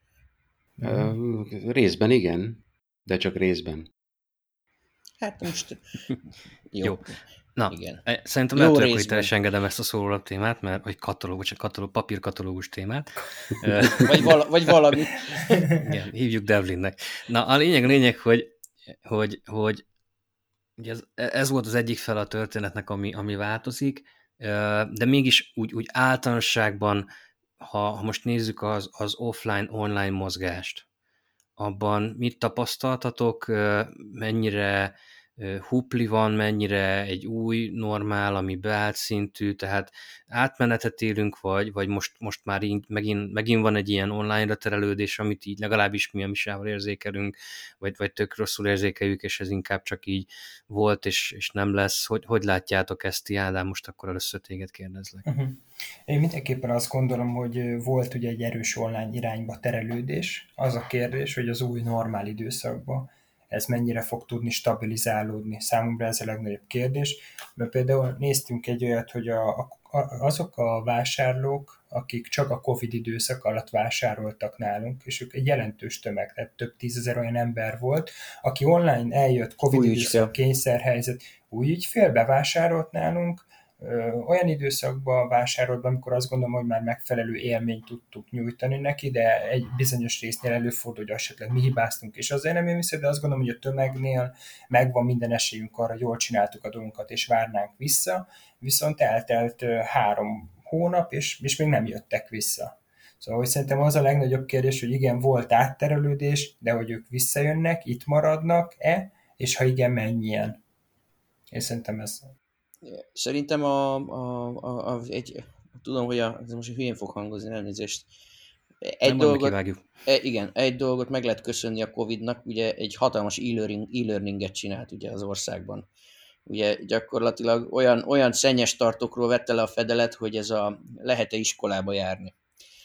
Részben igen, de csak részben. Hát most Jó. Na, igen. Szerintem lehet, hogy itt el is engedem ezt a szórólap témát, mert papírkatalógus témát. vagy valami. Igen, hívjuk Devlinnek. Na, a lényeg, hogy ugye ez volt az egyik fel a történetnek, ami változik, de mégis úgy általánosságban, ha most nézzük az offline-online mozgást, abban mit tapasztaltatok, mennyire hupli van, mennyire egy új normál, ami beállt szintű, tehát átmenetet élünk, vagy most már így megint van egy ilyen online-ra terelődés, amit így legalábbis mi a Misával érzékelünk, vagy tök rosszul érzékeljük, és ez inkább csak így volt, és nem lesz. Hogy látjátok ezt, Ádám? Most akkor először téged kérdezlek. Én mindenképpen azt gondolom, hogy volt ugye egy erős online irányba terelődés. Az a kérdés, hogy az új normál időszakban ez mennyire fog tudni stabilizálódni. Számomra ez a legnagyobb kérdés, mert például néztünk egy olyat, hogy azok a vásárlók, akik csak a Covid időszak alatt vásároltak nálunk, és ők egy jelentős tömeg, tehát több 10 000 olyan ember volt, aki online eljött, Covid időszak, kényszerhelyzet, új ügyfél bevásárolt nálunk, olyan időszakban vásárolt be, amikor azt gondolom, hogy már megfelelő élményt tudtuk nyújtani neki, de egy bizonyos résznél előfordul, hogy esetleg mi hibáztunk, és azért nem jön vissza, de azt gondolom, hogy a tömegnél megvan minden esélyünk arra, jól csináltuk a dolgunkat, és várnánk vissza, viszont eltelt 3 hónap, és még nem jöttek vissza. Szóval hogy szerintem az a legnagyobb kérdés, hogy igen, volt átterelődés, de hogy ők visszajönnek, itt maradnak-e, és ha igen, mennyien. Én szerintem ez... Szerintem tudom, hogy ez most hülyén fog hangozni, elnézést. Egy dolgot meg lehet köszönni a Covid-nak, ugye egy hatalmas e-learninget csinált ugye az országban. Ugye gyakorlatilag olyan szennyes tartókról vette le a fedelet, hogy lehet-e iskolába járni.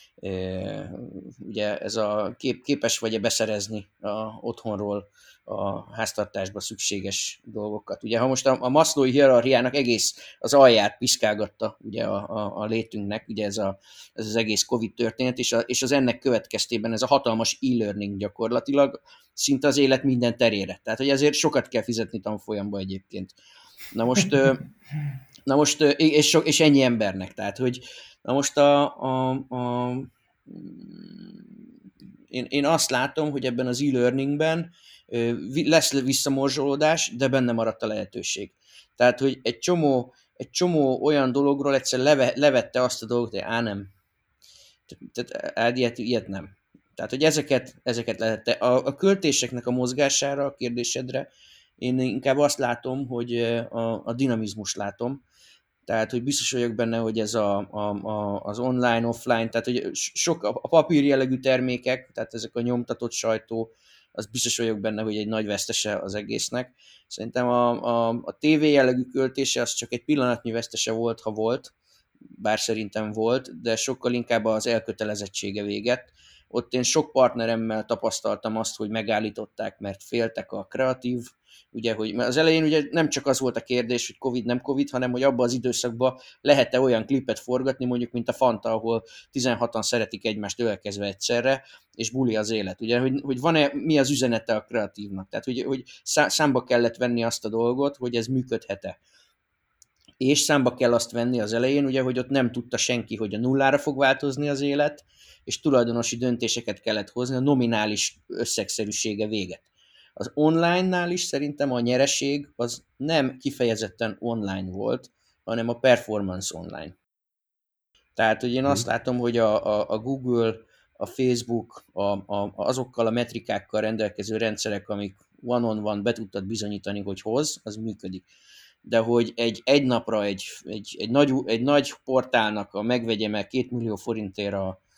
Ugye ez képes vagy-e beszerezni otthonról a háztartásba szükséges dolgokat. Ugye ha most a Maslowi hierarchiának egész az alját piszkálgatta ugye a létünknek, ugye ez az egész Covid történet, és az ennek következtében ez a hatalmas e-learning gyakorlatilag szinte az élet minden terére. Tehát, hogy ezért sokat kell fizetni tanfolyamba egyébként. Na most és ennyi embernek. Tehát, hogy na most én azt látom, hogy ebben az e-learningben lesz visszamorzsolódás, de benne maradt a lehetőség. Tehát, hogy egy csomó olyan dologról egyszer levette azt a dolgot, hogy nem. Tehát ilyet nem. Tehát, hogy ezeket lehette. A költéseknek a mozgására, a kérdésedre, én inkább azt látom, hogy a dinamizmus látom. Tehát, hogy biztos vagyok benne, hogy ez az online, offline, tehát, hogy sok a papír jellegű termékek, tehát ezek a nyomtatott sajtó, az biztos vagyok benne, hogy egy nagy vesztese az egésznek. Szerintem a TV jellegű költése az csak egy pillanatnyi vesztese volt, ha volt, bár szerintem volt, de sokkal inkább az elkötelezettsége véget. Ott én sok partneremmel tapasztaltam azt, hogy megállították, mert féltek a kreatív, ugye, hogy az elején ugye nem csak az volt a kérdés, hogy Covid, nem Covid, hanem hogy abban az időszakban lehet-e olyan klipet forgatni, mondjuk, mint a Fanta, ahol 16-an szeretik egymást ölelkezve egyszerre, és buli az élet. Ugye, hogy van-e, mi az üzenete a kreatívnak? Tehát, hogy számba kellett venni azt a dolgot, hogy ez működhet-e. És számba kell azt venni az elején, ugye, hogy ott nem tudta senki, hogy a nullára fog változni az élet, és tulajdonosi döntéseket kellett hozni, a nominális összegszerűsége véget. Az online-nál is szerintem a nyereség az nem kifejezetten online volt, hanem a performance online. Tehát, hogy én azt látom, hogy a Google, a Facebook, azokkal a metrikákkal rendelkező rendszerek, amik one-on-one be tudtad bizonyítani, hogy hoz, az működik. De hogy egy napra egy nagy portálnak a megvegye meg 2 millió forintért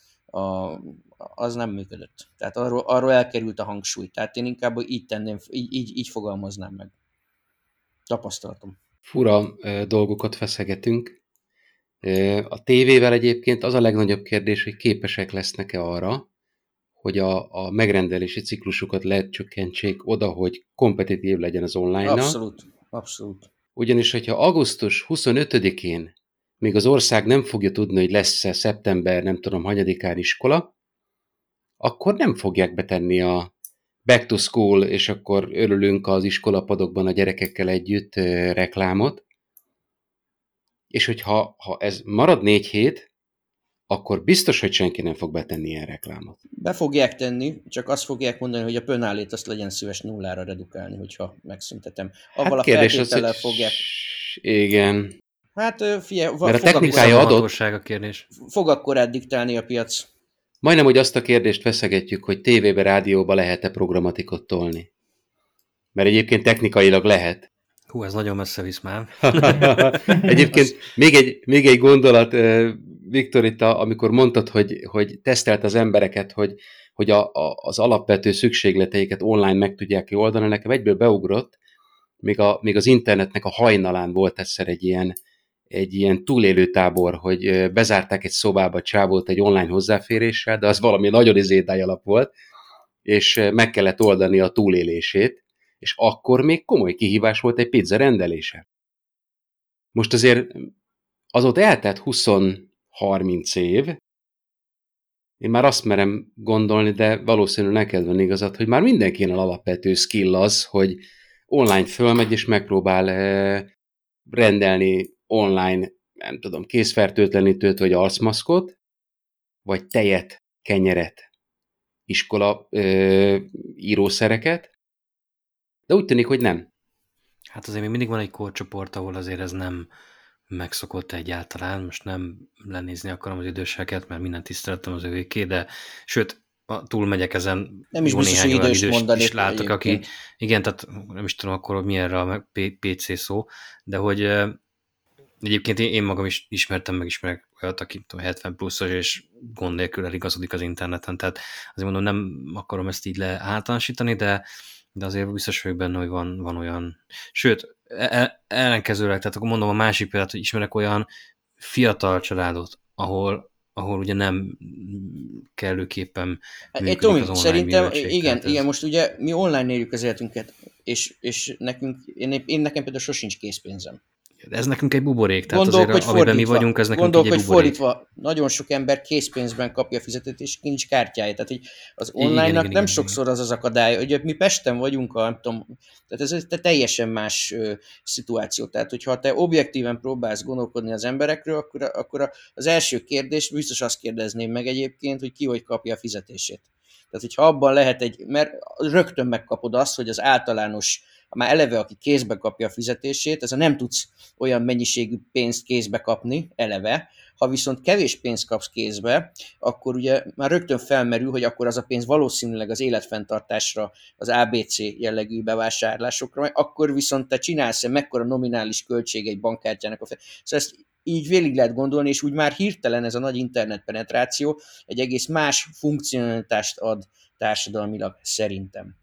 az nem működött. Tehát arról elkerült a hangsúly. Tehát én inkább így tenném, így fogalmaznám meg. Tapasztalatom. Fura dolgokat feszegetünk. A tévével egyébként az a legnagyobb kérdés, hogy képesek lesznek-e arra, hogy a megrendelési ciklusokat lecsökkentsék oda, hogy kompetitív legyen az online-nal. Abszolút. Ugyanis, hogyha augusztus 25-én még az ország nem fogja tudni, hogy lesz-e szeptember, nem tudom, hanyadikán iskola, akkor nem fogják betenni a back to school, és akkor örülünk az iskolapadokban a gyerekekkel együtt reklámot. És hogyha ez marad 4 hét, akkor biztos, hogy senki nem fog betenni ilyen reklámot. Be fogják tenni, csak azt fogják mondani, hogy a pönálét azt legyen szíves nullára redukálni, hogyha megszüntetem. Avval a feltétellel fogják... Igen. Hát figyelj, mert a technikája adott. A kérdés. Fog akkor diktálni a piac. Majdnem, hogy azt a kérdést feszegetjük, hogy tévébe, rádióba lehet-e programatikot tolni. Mert egyébként technikailag lehet. Hú, ez nagyon messze visz már. Egyébként még egy gondolat, Viktor, itt amikor mondtad, hogy tesztelt az embereket, hogy az alapvető szükségleteiket online meg tudják oldani, nekem egyből beugrott, még az internetnek a hajnalán volt egyszer egy ilyen túlélő tábor, hogy bezárták egy szobába csávót egy online hozzáféréssel, de az valami nagyon izédály alap volt, és meg kellett oldani a túlélését, és akkor még komoly kihívás volt egy pizza rendelése. Most azért azóta eltelt 20-30 év, én már azt merem gondolni, de valószínűleg neked van igazad, hogy már mindenkinek alapvető skill az, hogy online fölmegy és megpróbál rendelni online, nem tudom, kézfertőtlenítőt vagy arcmaszkot, vagy tejet, kenyeret, iskola írószereket, de úgy tűnik, hogy nem. Hát azért még mindig van egy korcsoport, ahol azért ez nem megszokott egyáltalán. Most nem lenézni akarom az időseket, mert minden tiszteletem az övéké, de sőt, túlmegyek ezen, Nem is jó biztos, néhány hogy olyan időst időst mondani is látok, aki, egyébként. igen, tehát nem is tudom akkor mi erre a PC szó, de hogy egyébként én magam is megismerek olyat, aki 70 pluszos, és gond nélkül eligazodik az interneten, tehát azért mondom, nem akarom ezt így leáltalánosítani, de azért biztos vagyok benne, hogy van olyan, sőt, ellenkezőleg, tehát akkor mondom a másik példát, hogy ismerek olyan fiatal családot, ahol ugye nem kellőképpen működik Tomi, az online szerintem műveltség. igen, most ugye mi online éljük az életünket, és nekünk, nekem például sosincs készpénzem. Ez nekünk egy buborék, tehát Gondolok, azért, hogy amiben mi vagyunk, ez nekünk így egy buborék. fordítva, nagyon sok ember készpénzben kapja a fizetést, és nincs kártyája. Tehát, hogy az online-nak nem sokszor az az akadály. Ugye mi Pesten vagyunk, nem tudom, tehát ez egy teljesen más szituáció. Tehát, hogyha te objektíven próbálsz gondolkodni az emberekről, akkor az első kérdés, biztos azt kérdezném meg egyébként, hogy ki hogy kapja a fizetését. Tehát, hogyha abban lehet mert rögtön megkapod azt, hogy az általános, már eleve, aki kézbe kapja a fizetését, ez a nem tudsz olyan mennyiségű pénzt kézbe kapni eleve, ha viszont kevés pénzt kapsz kézbe, akkor ugye már rögtön felmerül, hogy akkor az a pénz valószínűleg az életfenntartásra, az ABC jellegű bevásárlásokra, akkor viszont te csinálsz mekkora nominális költség egy bankkártyának. Szóval ezt így végig lehet gondolni, és úgy már hirtelen ez a nagy internetpenetráció egy egész más funkcionalitást ad társadalmilag, szerintem.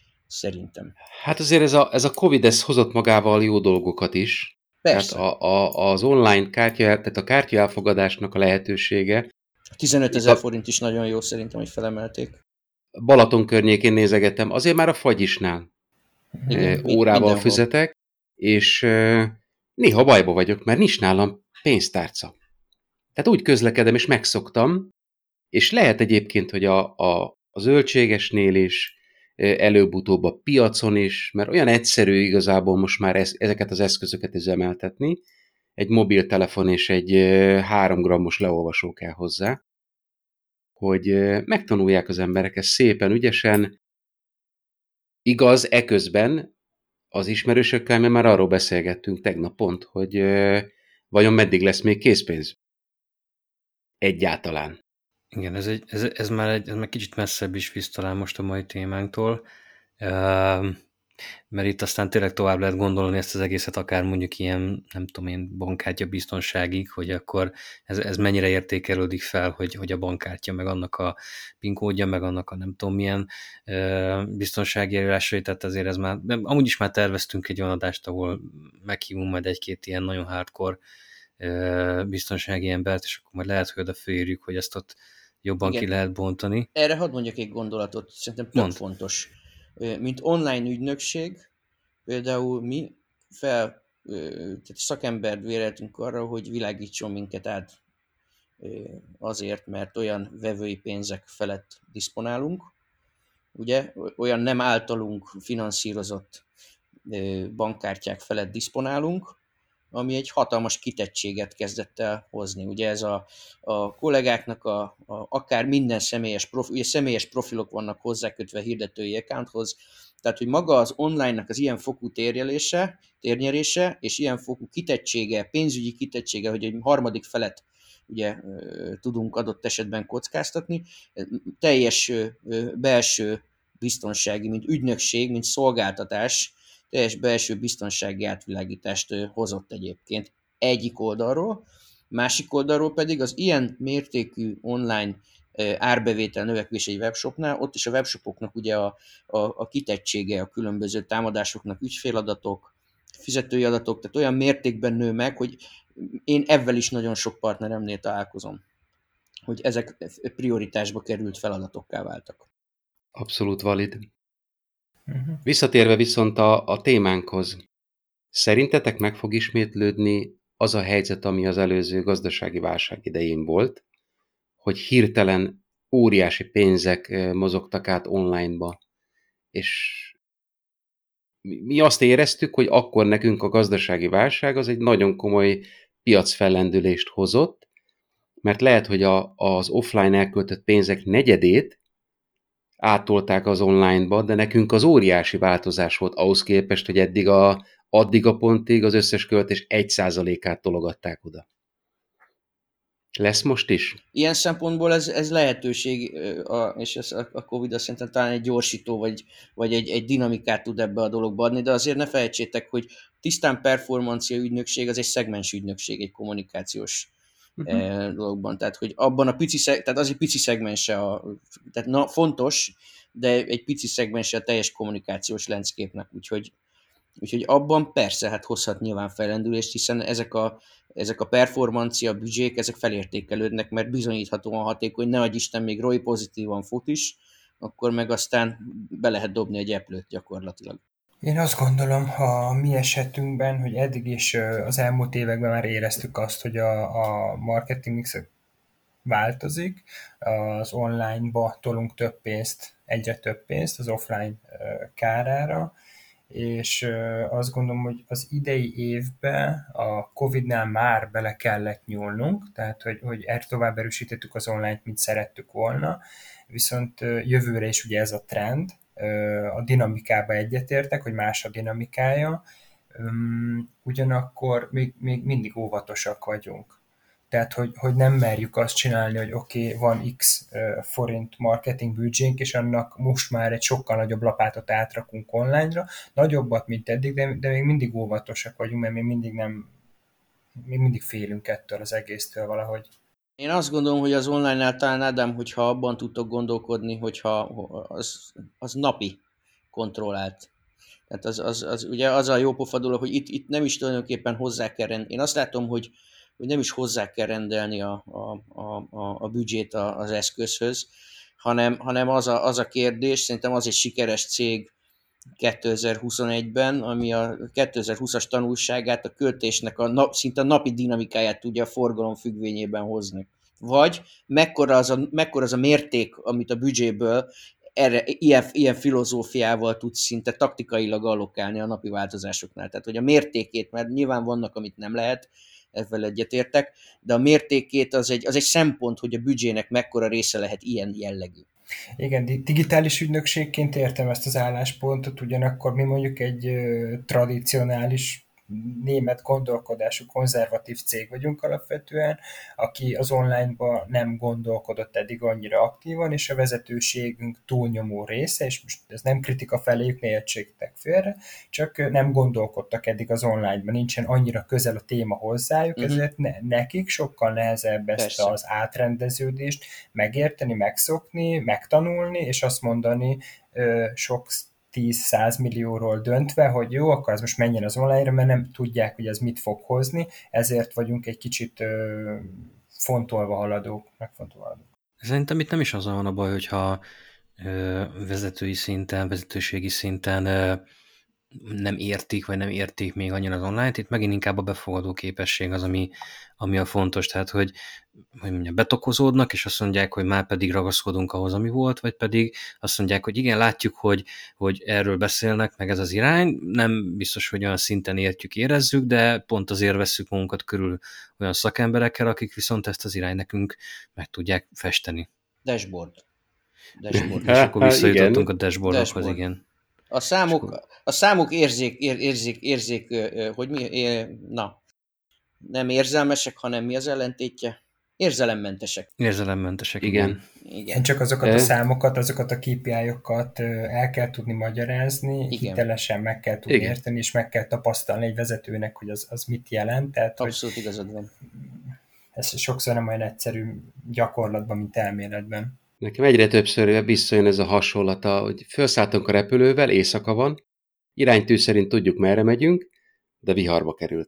Hát azért ez a Covid hozott magával jó dolgokat is. Persze. Tehát az online tehát a kártya elfogadásnak a lehetősége. 15 000 forint is nagyon jó szerintem, hogy felemelték. Balaton környékén nézegettem, azért már a fagyisnál órával mindenhol fizetek, és néha bajba vagyok, mert nincs nálam pénztárca. Tehát úgy közlekedem, és megszoktam, és lehet egyébként, hogy a zöldségesnél is, előbb-utóbb a piacon is, mert olyan egyszerű igazából most már ezeket az eszközöket üzemeltetni, egy mobiltelefon és egy 3 grammos leolvasó kell hozzá, hogy megtanulják az emberek ezt szépen, ügyesen. Igaz, eközben az ismerősökkel mi már arról beszélgettünk tegnap pont, hogy vajon meddig lesz még készpénz? Egyáltalán. Igen, ez már kicsit messzebb is visz talán most a mai témánktól, mert itt aztán tényleg tovább lehet gondolni ezt az egészet, akár mondjuk ilyen, nem tudom én, bankkártya biztonságig, hogy akkor ez mennyire értékelődik fel, hogy a bankkártya, meg annak a PIN kódja, meg annak a nem tudom milyen biztonsági előírásai, tehát azért ez már, amúgy is már terveztünk egy olyan adást, ahol meghívunk majd egy-két ilyen nagyon hardcore biztonsági embert, és akkor majd lehet, hogy oda fölírjuk, hogy ezt ott jobban ki lehet bontani. Erre hadd mondjak egy gondolatot, szerintem tök fontos. Mint online ügynökség, például mi tehát szakembert véreltünk arra, hogy világítson minket át azért, mert olyan vevői pénzek felett diszponálunk, ugye, olyan nem általunk finanszírozott bankkártyák felett diszponálunk, ami egy hatalmas kitettséget kezdett el hozni. Ugye ez a kollégáknak akár minden személyes profilok vannak hozzákötve hirdetői accounthoz, tehát hogy maga az online-nak az ilyen fokú térnyerése és ilyen fokú kitettsége, pénzügyi kitettsége, hogy egy harmadik felet ugye tudunk adott esetben kockáztatni, teljes belső biztonsági, mint ügynökség, mint szolgáltatás, teljes belső biztonsági átvilágítást hozott egyébként egyik oldalról, másik oldalról pedig az ilyen mértékű online árbevétel növekvés egy webshopnál, ott is a webshopoknak ugye a kitettsége a különböző támadásoknak, ügyféladatok, fizetői adatok, tehát olyan mértékben nő meg, hogy én ezzel is nagyon sok partneremnél találkozom, hogy ezek prioritásba került feladatokká váltak. Abszolút valid. Visszatérve viszont a témánkhoz, szerintetek meg fog ismétlődni az a helyzet, ami az előző gazdasági válság idején volt, hogy hirtelen óriási pénzek mozogtak át online-ba, és mi azt éreztük, hogy akkor nekünk a gazdasági válság az egy nagyon komoly piacfellendülést hozott, mert lehet, hogy az offline elköltött pénzek negyedét áttolták az online-ba, de nekünk az óriási változás volt ahhoz képest, hogy addig a pontig az összes költés 1%-át tologatták oda. Lesz most is? Ilyen szempontból ez lehetőség, és ez a Covid azt szerintem talán egy gyorsító, vagy egy dinamikát tud ebbe a dologba adni, de azért ne felejtsétek, hogy tisztán performancia ügynökség, az egy szegmens ügynökség, egy kommunikációs dologban. Tehát, hogy abban tehát az egy pici szegmense, tehát fontos, de egy pici szegmense a teljes kommunikációs landscape-nek, úgyhogy abban persze, hát hozhat nyilván fellendülést, hiszen ezek a performancia büdzsék, ezek felértékelődnek, mert bizonyíthatóan hatékony, ne adj Isten, még ROI pozitívan fut is, akkor meg aztán be lehet dobni egy eplőt gyakorlatilag. Én azt gondolom, a mi esetünkben, hogy eddig is az elmúlt években már éreztük azt, hogy a marketing mix változik, az online-ba tolunk több pénzt, egyre több pénzt az offline kárára, és azt gondolom, hogy az idei évben a Covid-nál már bele kellett nyúlnunk, tehát hogy tovább erősítettük az online-t, mint szerettük volna, viszont jövőre is ugye ez a trend, a dinamikába egyetértek, hogy más a dinamikája, ugyanakkor még mindig óvatosak vagyunk. Tehát, hogy nem merjük azt csinálni, hogy oké, van x forint marketing büdzsénk, és annak most már egy sokkal nagyobb lapátot átrakunk online-ra, nagyobbat, mint eddig, de még mindig óvatosak vagyunk, mert még mindig félünk ettől az egésztől valahogy. Én azt gondolom, hogy az online-nál talán, Ádám, hogyha abban tudtok gondolkodni, hogyha az napi kontrollált. Tehát ugye az a jópofa dolog, hogy itt nem is tulajdonképpen hozzá kell rendelni. Én azt látom, hogy nem is hozzá kell rendelni a büdzsét az eszközhöz, hanem az a kérdés, szerintem az egy sikeres cég 2021-ben, ami a 2020-as tanulságát, a költésnek szinte a napi dinamikáját tudja a forgalom függvényében hozni. Vagy mekkora az a mérték, amit a büdzséből erre, ilyen filozófiával tudsz szinte taktikailag allokálni a napi változásoknál. Tehát, hogy a mértékét, mert nyilván vannak, amit nem lehet, ezzel egyetértek, de a mértékét az egy szempont, hogy a büdzsének mekkora része lehet ilyen jellegű. Igen, digitális ügynökségként értem ezt az álláspontot, ugyanakkor mi mondjuk egy tradicionális német gondolkodású konzervatív cég vagyunk alapvetően, aki az online-ba nem gondolkodott eddig annyira aktívan, és a vezetőségünk túlnyomó része, és most ez nem kritika feléjük, ne értsétek félre, csak nem gondolkodtak eddig az online-ban, nincsen annyira közel a téma hozzájuk, ezért nekik sokkal nehezebb ezt az átrendeződést megérteni, megszokni, megtanulni, és azt mondani sok 10-100 millióról döntve, hogy jó, akkor ez most menjen az online-ra, mert nem tudják, hogy ez mit fog hozni, ezért vagyunk egy kicsit megfontolva haladók. Szerintem itt nem is az van a baj, hogyha vezetőségi szinten nem értik, vagy nem értik még annyira az online-t, itt megint inkább a befogadó képesség az, ami a fontos, tehát hogy mondjam, betokozódnak, és azt mondják, hogy már pedig ragaszkodunk ahhoz, ami volt, vagy pedig azt mondják, hogy igen, látjuk, hogy erről beszélnek, meg ez az irány, nem biztos, hogy olyan szinten értjük, érezzük, de pont azért vesszük magunkat körül olyan szakemberekkel, akik viszont ezt az irány nekünk meg tudják festeni. Dashboard. És akkor visszajutottunk a dashboardokhoz, igen. A számok hogy nem érzelmesek, hanem mi az ellentétje? Érzelemmentesek. Érzelemmentesek, igen. Csak azokat a számokat, azokat a KPI-okat el kell tudni magyarázni, hitelesen meg kell tudni érteni, és meg kell tapasztalni egy vezetőnek, hogy az mit jelent. Tehát, abszolút igazad van. Ez sokszor nem olyan egyszerű gyakorlatban, mint elméletben. Nekem egyre többször visszajön ez a hasonlata, hogy felszálltunk a repülővel, éjszaka van, iránytű szerint tudjuk, merre megyünk, de viharba került.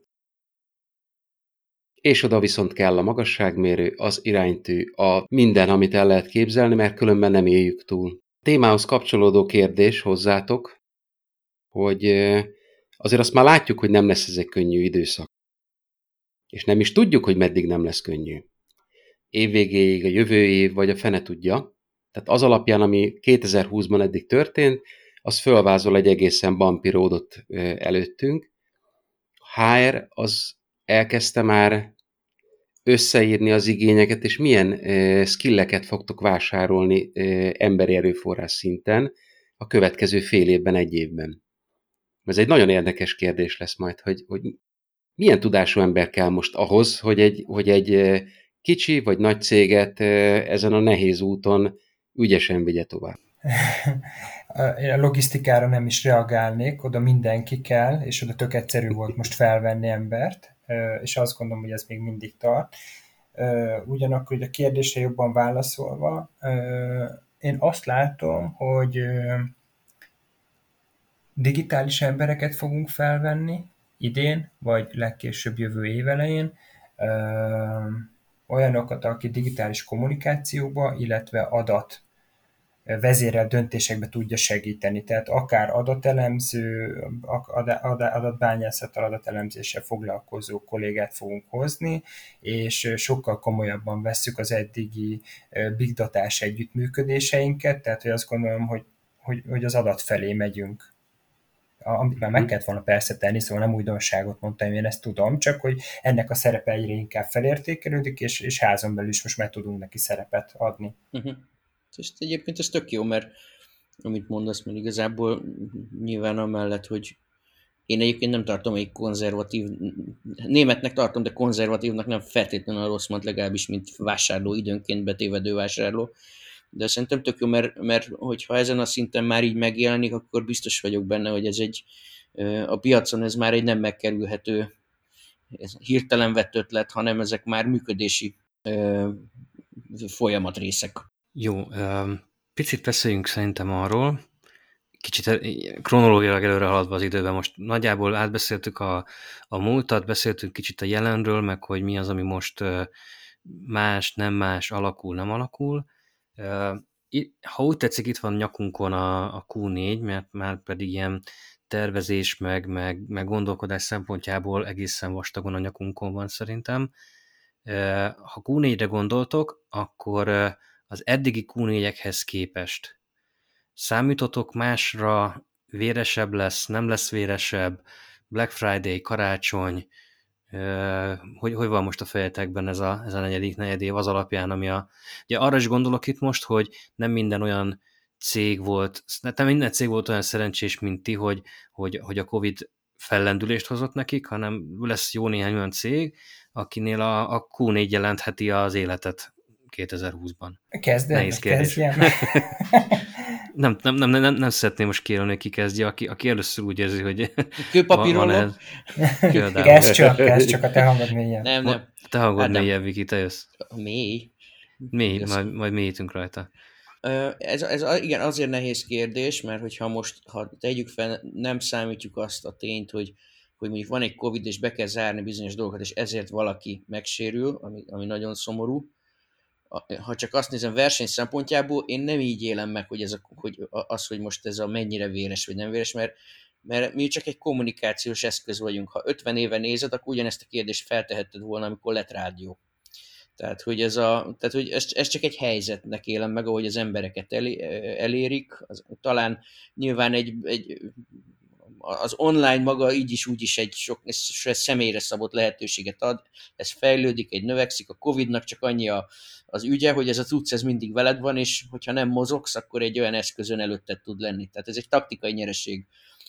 És oda viszont kell a magasságmérő, az iránytű, a minden, amit el lehet képzelni, mert különben nem éljük túl. A témához kapcsolódó kérdés hozzátok, hogy azért azt már látjuk, hogy nem lesz ez egy könnyű időszak. És nem is tudjuk, hogy meddig nem lesz könnyű. Évvégéig, a jövő év, vagy a fene tudja. Tehát az alapján, ami 2020-ban eddig történt, az fölvázol egy egészen bumpy roadot előttünk. HR elkezdte már összeírni az igényeket, és milyen skilleket fogtok vásárolni emberi erőforrás szinten a következő fél évben, egy évben? Ez egy nagyon érdekes kérdés lesz majd, hogy milyen tudású ember kell most ahhoz, hogy egy kicsi vagy nagy céget ezen a nehéz úton ügyesen vigye tovább. Én a logisztikára nem is reagálnék, oda mindenki kell, és oda tök egyszerű volt most felvenni embert, és azt gondolom, hogy ez még mindig tart. Ugyanakkor hogy a kérdésre jobban válaszolva, én azt látom, hogy digitális embereket fogunk felvenni idén, vagy legkésőbb jövő év elején, olyanokat, akik digitális kommunikációba, illetve adat vezérelt döntésekbe tudja segíteni. Tehát akár adatelemző, adatbányászattal, adatelemzéssel foglalkozó kollégát fogunk hozni, és sokkal komolyabban vesszük az eddigi big datás együttműködéseinket, tehát hogy azt gondolom, hogy az adat felé megyünk. Amit már meg kellett volna persze tenni, szóval nem újdonságot mondtam, én ezt tudom, csak hogy ennek a szerepe egyre inkább felértékelődik, és házon belül is most meg tudunk neki szerepet adni. És egyébként ez tök jó, mert amit mondasz, mert igazából nyilván amellett, hogy én egyébként nem tartom egy konzervatív, németnek tartom, de konzervatívnak nem feltétlenül a rossz mond, legalábbis, mint vásárló, időnként betévedő vásárló. De szerintem tök jó, mert hogyha ezen a szinten már így megjelenik, akkor biztos vagyok benne, hogy ez a piacon ez már egy nem megkerülhető, ez hirtelen vett ötlet, hanem ezek már működési folyamatrészek. Jó, picit beszéljünk szerintem arról, kicsit kronológiailag előre haladva az időben, most nagyjából átbeszéltük a múltat, beszéltünk kicsit a jelenről, meg hogy mi az, ami most más, nem más, alakul, nem alakul. Ha úgy tetszik, itt van nyakunkon a Q4, mert már pedig ilyen tervezés, meg gondolkodás szempontjából egészen vastagon a nyakunkon van szerintem. Ha Q4-re gondoltok, akkor az eddigi Q4-ekhez képest számítotok másra, véresebb lesz, nem lesz véresebb, Black Friday, karácsony, hogy van most a fejetekben ez a negyedév az alapján, ami ugye arra is gondolok itt most, hogy nem minden olyan cég volt, nem minden cég volt olyan szerencsés, mint ti, hogy a Covid fellendülést hozott nekik, hanem lesz jó néhány olyan cég, akinél a Q4 jelentheti az életet 2020-ban. Kezdjem. Nem szeretném most kérni, hogy ki kezdje, aki először úgy érzi, hogy Kőpapíroló? Kezd csak a te hangod mélyebb. Nem. Te hangod mélyebb, Viki, te jössz. Mély? Majd mélyítünk rajta. Igen, azért nehéz kérdés, mert ha tegyük fel, nem számítjuk azt a tényt, hogy mondjuk van egy Covid, és be kell zárni bizonyos dolgokat, és ezért valaki megsérül, ami nagyon szomorú. Ha csak azt nézem verseny szempontjából, én nem így élem meg, hogy most ez a mennyire véres vagy nem véres, mert mi csak egy kommunikációs eszköz vagyunk. Ha 50 éve nézed, akkor ugyanezt a kérdést feltehetted volna, amikor lett rádió. Tehát, hogy ez csak egy helyzetnek élem meg, ahogy az embereket elérik. Talán nyilván az online maga így is úgy is egy sok személyre szabott lehetőséget ad, ez fejlődik, növekszik, a Covid-nak csak annyi az ügye, hogy ez a cucc ez mindig veled van, és hogyha nem mozogsz, akkor egy olyan eszközön előtted tud lenni. Tehát ez egy taktikai nyereség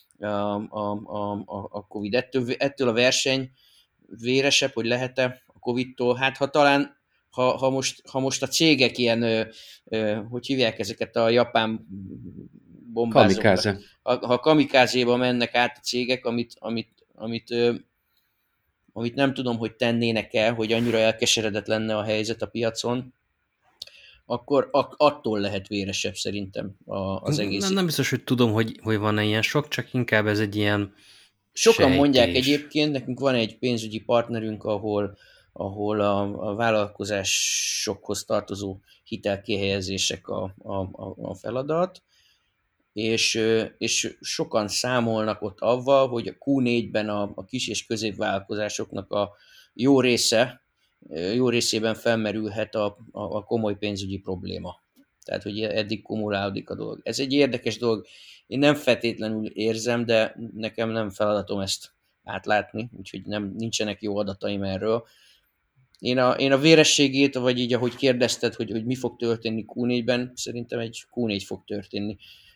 a Covid. Ettől a verseny véresebb, hogy lehet-e a Covid-tól, hát ha talán ha most a cégek ilyen, hogy hívják ezeket a japán bombázókat, ha kamikázéba mennek át a cégek, amit nem tudom, hogy tennének el, hogy annyira elkeseredett lenne a helyzet a piacon, akkor attól lehet véresebb szerintem az egész. Nem biztos, hogy tudom, hogy van-e ilyen sok, csak inkább ez egy ilyen sokan sejtés. Mondják egyébként, nekünk van egy pénzügyi partnerünk, ahol a vállalkozásokhoz tartozó hitelkihelyezések a feladat, és sokan számolnak ott avval, hogy a Q4-ben a kis és középvállalkozásoknak a jó részében felmerülhet a komoly pénzügyi probléma. Tehát, hogy eddig kumulálódik a dolog. Ez egy érdekes dolog. Én nem feltétlenül érzem, de nekem nem feladatom ezt átlátni, úgyhogy nincsenek jó adataim erről. Én a vérességét, vagy így ahogy kérdezted, hogy mi fog történni Q4-ben, szerintem egy Q4 fog történni.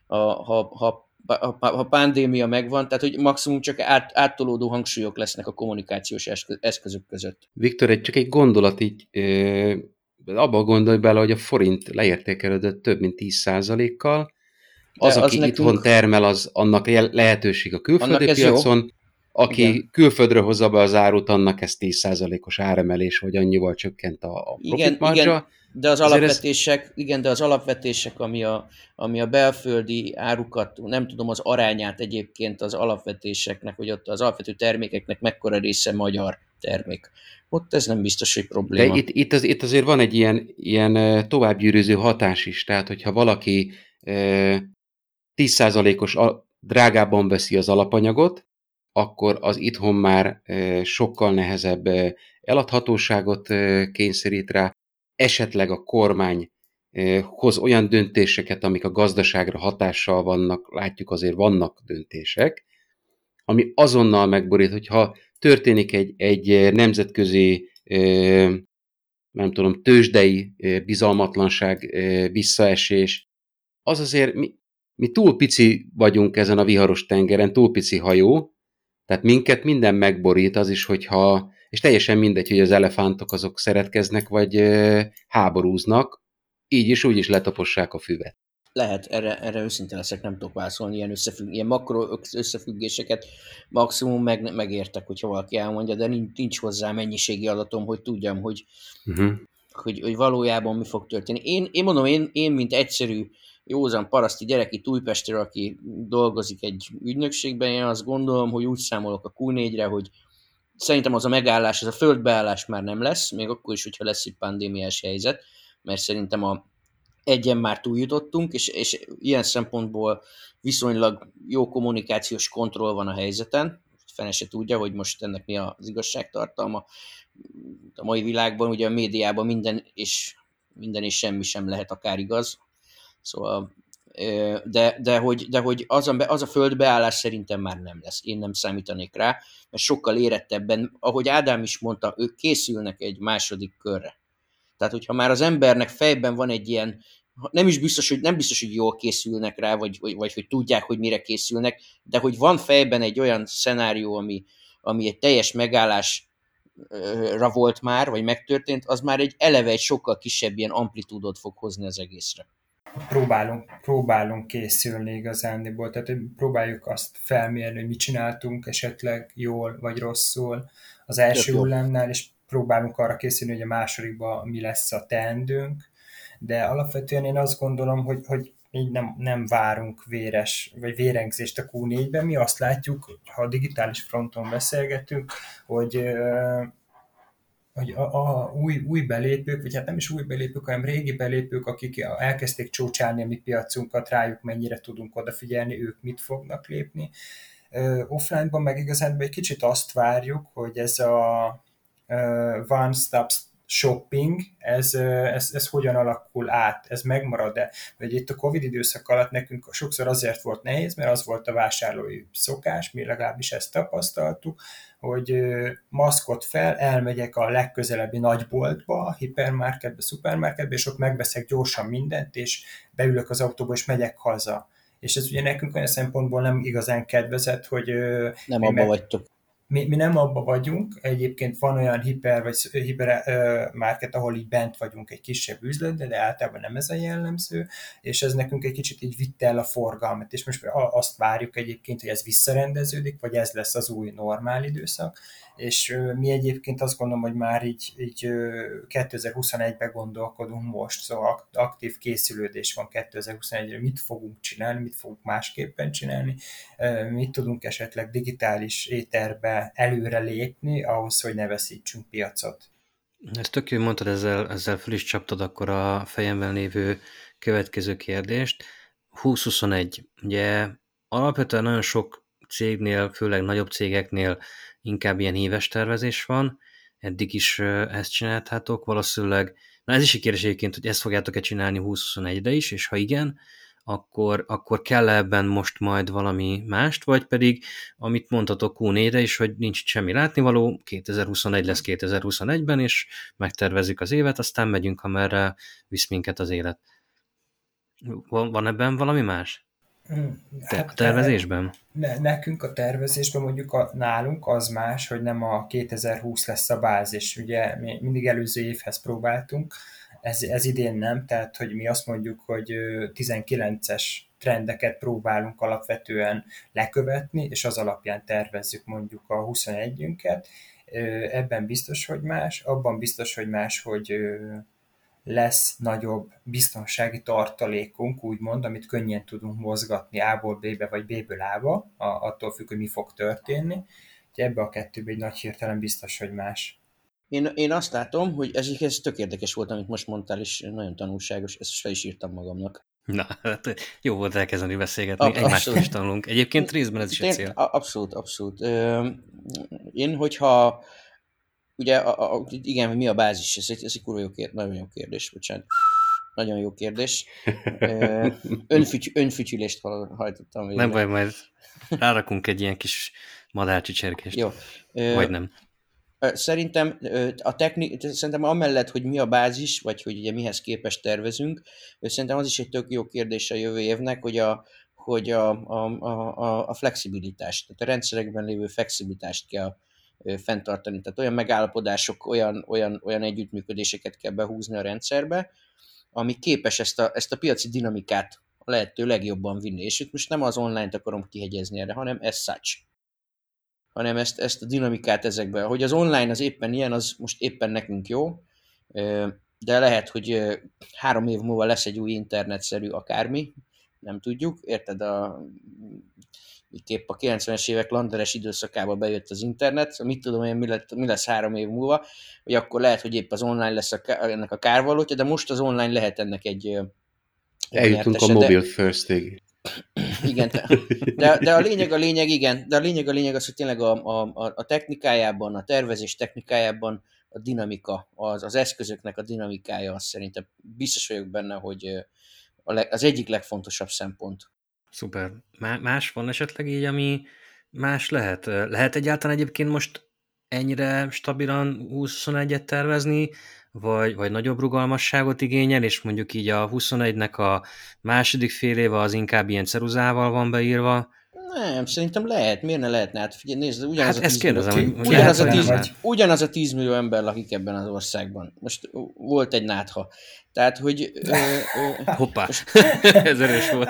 Ha pandémia megvan, tehát hogy maximum csak áttolódó hangsúlyok lesznek a kommunikációs eszközök között. Viktor, csak egy gondolat így, abba gondolj bele, hogy a forint leértékelődött több mint 10%-kal. Az, aki nekünk... itthon termel, az annak lehetőség a külföldi piacon, jó. Aki igen. külföldre hozza be az árut, annak ez 10%-os áremelés, vagy annyival csökkent a profit margya. Igen, de az alapvetések, ami a belföldi árukat, nem tudom az arányát egyébként az alapvetéseknek, hogy ott az alapvető termékeknek mekkora része magyar termék. Ott ez nem biztos, hogy probléma. De itt azért van egy ilyen továbbgyűrűző hatás is, tehát hogyha valaki 10%-os drágábban veszi az alapanyagot, akkor az itthon már sokkal nehezebb eladhatóságot kényszerít rá, esetleg a kormány hoz olyan döntéseket, amik a gazdaságra hatással vannak, látjuk azért vannak döntések, ami azonnal megborít, hogyha történik egy nemzetközi, nem tudom, tőzsdei bizalmatlanság, visszaesés, az azért mi túl pici vagyunk ezen a viharos tengeren, túl pici hajó, tehát minket minden megborít, az is, hogyha, és teljesen mindegy, hogy az elefántok azok szeretkeznek, vagy háborúznak, így is, úgy is letapossák a füvet. Lehet, erre őszintén leszek, nem tudok válaszolni, ilyen makro összefüggéseket maximum megértek, hogyha valaki elmondja, de nincs hozzá mennyiségi adatom, hogy tudjam, hogy valójában mi fog történni. Én mondom, én mint egyszerű józan paraszti gyerek itt Újpestről, aki dolgozik egy ügynökségben, én azt gondolom, hogy úgy számolok a Q4-re, hogy szerintem az a megállás, ez a földbeállás már nem lesz, még akkor is, hogyha lesz egy pandémiás helyzet, mert szerintem egyen már túljutottunk, és ilyen szempontból viszonylag jó kommunikációs kontroll van a helyzeten. Fene se tudja, hogy most ennek mi az igazságtartalma. A mai világban, ugye a médiában minden és semmi sem lehet akár igaz. Szóval, de hogy az a földbeállás szerintem már nem lesz. Én nem számítanék rá, mert sokkal érettebben, ahogy Ádám is mondta, ők készülnek egy második körre. Tehát, hogyha már az embernek fejben van egy ilyen, nem biztos, hogy jól készülnek rá, vagy hogy tudják, hogy mire készülnek, de hogy van fejben egy olyan szenárió, ami egy teljes megállásra volt már, vagy megtörtént, az már eleve egy sokkal kisebb ilyen amplitúdot fog hozni az egészre. Próbálunk készülni igazándiból, tehát próbáljuk azt felmérni, hogy mit csináltunk esetleg jól vagy rosszul az első hullámnál, és próbálunk arra készülni, hogy a másodikban mi lesz a teendőnk, de alapvetően én azt gondolom, hogy így nem várunk vérengzést a Q4-ben, mi azt látjuk, ha a digitális fronton beszélgetünk, hogy a új belépők, vagy hát nem is új belépők, hanem régi belépők, akik elkezdték csócsálni a mi piacunkat, rájuk mennyire tudunk odafigyelni, ők mit fognak lépni. Offline-ban meg igazán egy kicsit azt várjuk, hogy ez a one-stop shopping, ez hogyan alakul át, ez megmarad-e? Vagy itt a Covid időszak alatt nekünk sokszor azért volt nehéz, mert az volt a vásárlói szokás, mi legalábbis ezt tapasztaltuk, hogy maszkot fel, elmegyek a legközelebbi nagyboltba, hipermarketbe, szupermarketbe, és ott megveszek gyorsan mindent, és beülök az autóba, és megyek haza. És ez ugye nekünk olyan szempontból nem igazán kedvezett, hogy... Nem abba vagytok. Mi nem abba vagyunk, egyébként van olyan hipermarket, ahol így bent vagyunk egy kisebb üzletben, de általában nem ez a jellemző, és ez nekünk egy kicsit így vitte el a forgalmat, és most azt várjuk egyébként, hogy ez visszarendeződik, vagy ez lesz az új normál időszak, és mi egyébként azt gondolom, hogy már így 2021-ben gondolkodunk most, szóval aktív készülődés van 2021-re, mit fogunk csinálni, mit fogunk másképpen csinálni, mit tudunk esetleg digitális éterbe előre lépni, ahhoz, hogy ne veszítsünk piacot. Ezt tök jó, mondtad, ezzel föl is csaptad akkor a fejemben lévő következő kérdést. 2021. Ugye alapvetően nagyon sok cégnél, főleg nagyobb cégeknél inkább ilyen éves tervezés van, eddig is ezt csináltátok, valószínűleg, na ez is egy kérdés egyébként, hogy ezt fogjátok-e csinálni 2021-re is, és ha igen, akkor kell ebben most majd valami mást, vagy pedig, amit mondhatok Q4-re is, hogy nincs semmi látnivaló, 2021 lesz 2021-ben, és megtervezzük az évet, aztán megyünk, amerre visz minket az élet. Van ebben valami más? A tervezésben? Nekünk a tervezésben mondjuk nálunk az más, hogy nem a 2020 lesz a bázis. Ugye mi mindig előző évhez próbáltunk, ez idén nem, tehát hogy mi azt mondjuk, hogy 19-es trendeket próbálunk alapvetően lekövetni, és az alapján tervezzük mondjuk a 21-ünket. Ebben biztos, hogy más, abban biztos, hogy más, hogy lesz nagyobb biztonsági tartalékunk, úgymond, amit könnyen tudunk mozgatni A-ból B-be, vagy B-ből A-ba, attól függ, hogy mi fog történni. Úgyhogy ebbe a kettőbe egy nagy hirtelen biztos, hogy más. Én azt látom, hogy ez tök érdekes volt, amit most mondtál, és nagyon tanulságos, ezt fel is írtam magamnak. Na, hát jó volt elkezdeni beszélgetni, egymástól is tanulunk. Egyébként részben ez is egy cél. Abszolút. Én, hogyha ugye, igen, mi a bázis? Ez egy kurva jó kérdés, nagyon jó kérdés, bocsánat. Nagyon jó kérdés. Önfütyülést hajtottam végre. Nem baj, majd rárakunk egy ilyen kis madárcsicserkést. Jó. Vagy nem. Szerintem szerintem amellett, hogy mi a bázis, vagy hogy ugye mihez képest tervezünk, szerintem az is egy tök jó kérdés a jövő évnek, hogy a flexibilitást, tehát a rendszerekben lévő flexibilitást kell fenntartani. Tehát olyan megállapodások, olyan együttműködéseket kell behúzni a rendszerbe, ami képes ezt a piaci dinamikát a lehető legjobban vinni. És itt most nem az online-t akarom kihegyezni erre, hanem as such. Hanem ezt a dinamikát ezekben. Hogy az online az éppen ilyen, az most éppen nekünk jó, de lehet, hogy 3 év múlva lesz egy új internetszerű akármi, nem tudjuk, érted, képp a 90-es évek landeres időszakában bejött az internet, mit tudom én, mi lesz 3 év múlva, hogy akkor lehet, hogy épp az online lesz ennek a kárvalótja, de most az online lehet ennek egy eljutunk a mobile firstig. Igen, de a lényeg, igen, de a lényeg az, hogy tényleg a technikájában, a tervezés technikájában a dinamika, az eszközöknek a dinamikája, az szerintem biztos vagyok benne, hogy az egyik legfontosabb szempont. Szuper. Más van esetleg így, ami más lehet? Lehet egyáltalán egyébként most ennyire stabilan 2021-et tervezni, vagy nagyobb rugalmasságot igényel, és mondjuk így a 21-nek a második fél éve az inkább ilyen ceruzával van beírva? Nem, szerintem lehet. Miért ne lehetne? Hát figyelj, nézd, ugyanaz a 10 millió ember lakik ebben az országban. Most volt egy nátha. Tehát, hogy... Hoppá, ez erős volt.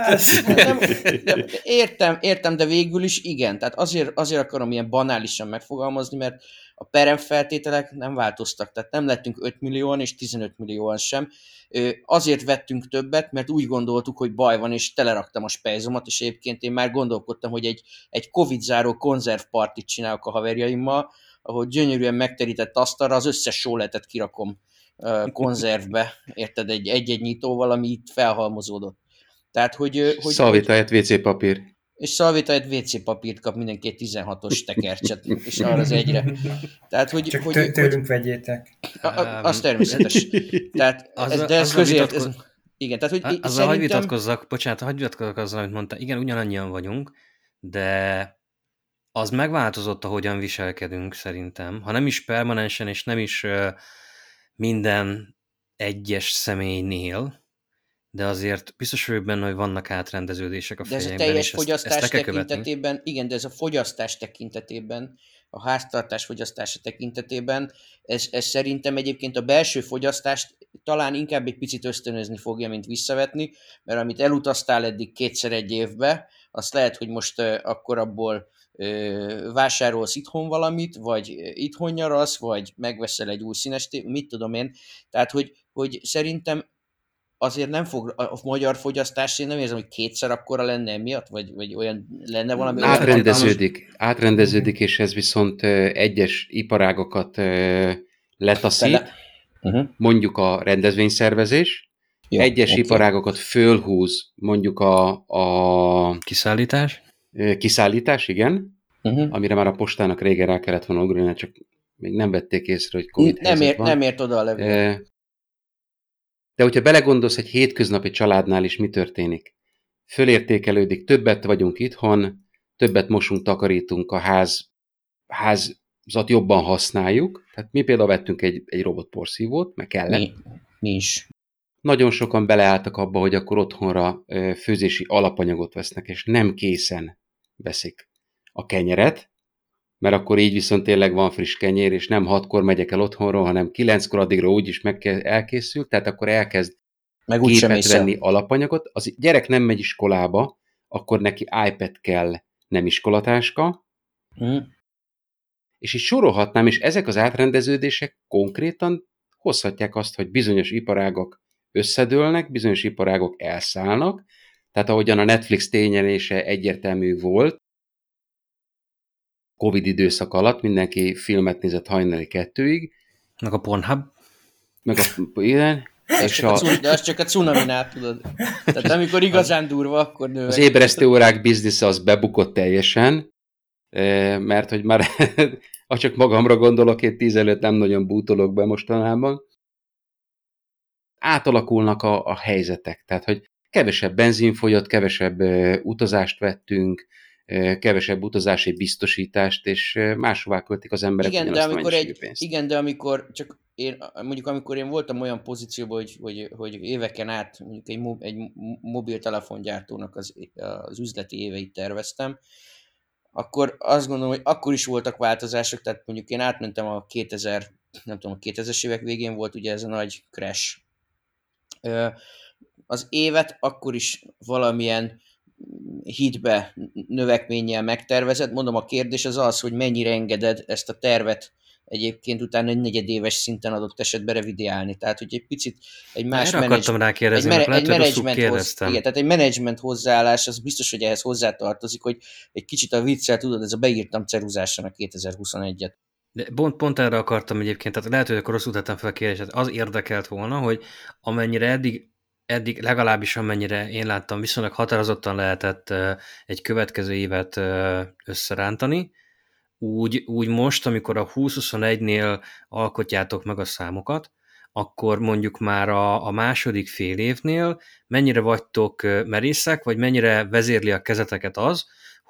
Értem, de végül is igen. Tehát azért akarom ilyen banálisan megfogalmazni, mert a peremfeltételek nem változtak. Tehát nem lettünk 5 millióan és 15 millióan sem. Azért vettünk többet, mert úgy gondoltuk, hogy baj van, és teleraktam a spejzomat, és egyébként én már gondolkodtam, hogy egy Covid-záró konzervpartit csinálok a haverjaimmal, ahol gyönyörűen megterített asztalra az összes sóletet kirakom konzervbe, érted, egy-egy nyitóval, ami itt felhalmozódott. Tehát, hogy szalvétáját WC papír. És szalvétáját WC papírt kap mindenki egy 16-os tekercset, és arra az egyre. Tehát, csak tőlünk vegyétek. Az természetes. Tehát, de ez közért... Igen, tehát, hogy azzal szerintem... hagyj vitatkozzak, azzal, amit mondta. Igen, ugyanannyian vagyunk, de az megváltozott, ahogyan viselkedünk szerintem. Ha nem is permanensen, és nem is minden egyes személynél, de azért biztos vagyok benne, hogy vannak átrendeződések a fejekben. De ez a teljes fogyasztás tekintetében, igen, de ez a fogyasztás tekintetében, a háztartás fogyasztása tekintetében, ez szerintem egyébként a belső fogyasztást talán inkább egy picit ösztönözni fogja, mint visszavetni, mert amit elutaztál eddig 2-szer egy évbe, azt lehet, hogy most akkor abból vásárolsz itthon valamit, vagy itthon nyaralsz, vagy megveszel egy új színes mit tudom én. Tehát, hogy szerintem azért nem fog a magyar fogyasztás, én nem érzem, hogy 2-szer akkora lenne emiatt, vagy olyan lenne valami... Átrendeződik, és ez viszont egyes iparágokat letaszít, mondjuk a rendezvényszervezés, egyes iparágokat fölhúz, mondjuk a kiszállítás, igen, amire már a postának régen rá kellett volna ugrani, csak még nem vették észre, hogy Covid helyzet van. Nem ért oda a levél. De hogyha belegondolsz, egy hétköznapi családnál is mi történik? fölértékelődik, többet vagyunk itthon, többet mosunk, takarítunk, a házat jobban használjuk. Tehát mi például vettünk egy robotporszívót, meg kellett. Mi is. Nagyon sokan beleálltak abba, hogy akkor otthonra főzési alapanyagot vesznek, és nem készen veszik a kenyeret, mert akkor így viszont tényleg van friss kenyér, és nem 6-kor megyek el otthonról, hanem 9-kor addigra úgyis elkészül, tehát akkor elkezd meg gépet venni alapanyagot. Az gyerek nem megy iskolába, akkor neki iPad kell, nem iskolatáska, és így sorolhatnám, és ezek az átrendeződések konkrétan hozhatják azt, hogy bizonyos iparágak összedőlnek, bizonyos iparágok elszállnak, tehát ahogyan a Netflix tényelése egyértelmű volt, Covid időszak alatt mindenki filmet nézett hajnali 2-ig. Meg a Pornhub. Meg igen. De az csak a cunaminál, tudod. Tehát amikor igazán durva, akkor növek. Az ébresztő órák biznisze az bebukott teljesen, mert hogy már, ha csak magamra gondolok, én 10 előtt nem nagyon bútolok be mostanában. Átalakulnak a helyzetek, tehát hogy kevesebb benzin fogyott, kevesebb utazást vettünk, kevesebb utazási biztosítást, és máshová költik az emberek ugyanazt a mennyiségű pénzt. Igen, de amikor csak amikor én voltam olyan pozícióban, hogy éveken át mondjuk egy mobiltelefongyártónak az üzleti éveit terveztem, akkor azt gondolom, hogy akkor is voltak változások, tehát mondjuk én átmentem a 2000-es évek végén volt ugye ez a nagy crash. Az évet akkor is valamilyen hitbe, növekménnyel megtervezed. Mondom, a kérdés az az, hogy mennyire engeded ezt a tervet egyébként utána egy negyedéves szinten adott esetben revidiálni. Tehát, hogy egy picit egy más menedzsment hozzáállás, az biztos, hogy ehhez hozzátartozik, hogy egy kicsit a viccel, tudod, ez a beírtam ceruzásan a 2021-et. De pont erre akartam egyébként, tehát lehet, hogy akkor rosszul tettem fel a kérdést, az érdekelt volna, hogy amennyire eddig legalábbis amennyire én láttam, viszonylag határozottan lehetett egy következő évet összerántani, úgy most, amikor a 2021-nél alkotjátok meg a számokat, akkor mondjuk már a második fél évnél mennyire vagytok merészek, vagy mennyire vezérli a kezeteket az,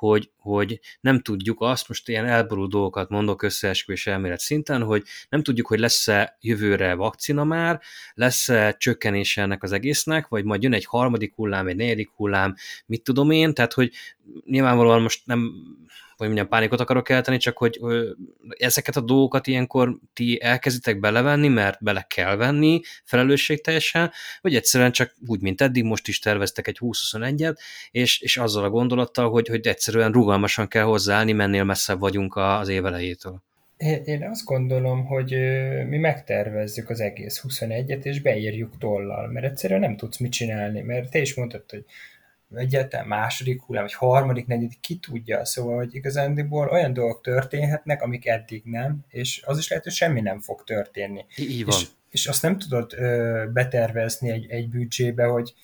hogy nem tudjuk azt, most ilyen elborult dolgokat mondok összeesküvés elmélet szinten, hogy nem tudjuk, hogy lesz-e jövőre vakcina már, lesz-e csökkenése ennek az egésznek, vagy majd jön egy harmadik hullám, egy negyedik hullám, mit tudom én, tehát hogy nyilvánvalóan most nem hogy mondjam, pánikot akarok kelteni, csak hogy ezeket a dolgokat ilyenkor ti elkezditek belevenni, mert bele kell venni felelősségteljesen, vagy egyszerűen csak úgy, mint eddig, most is terveztek egy 2021-et, és azzal a gondolattal, hogy egyszerűen rugalmasan kell hozzáállni, mennél messzebb vagyunk az év elejétől. Én azt gondolom, hogy mi megtervezzük az egész 21-et, és beírjuk tollal, mert egyszerűen nem tudsz mit csinálni, mert te is mondtad, hogy egyáltalán második hullám, vagy harmadik, negyedik, ki tudja, szóval, hogy igazándiból olyan dolgok történhetnek, amik eddig nem, és az is lehet, hogy semmi nem fog történni. Így van. És azt nem tudod betervezni egy büdzsébe, hogy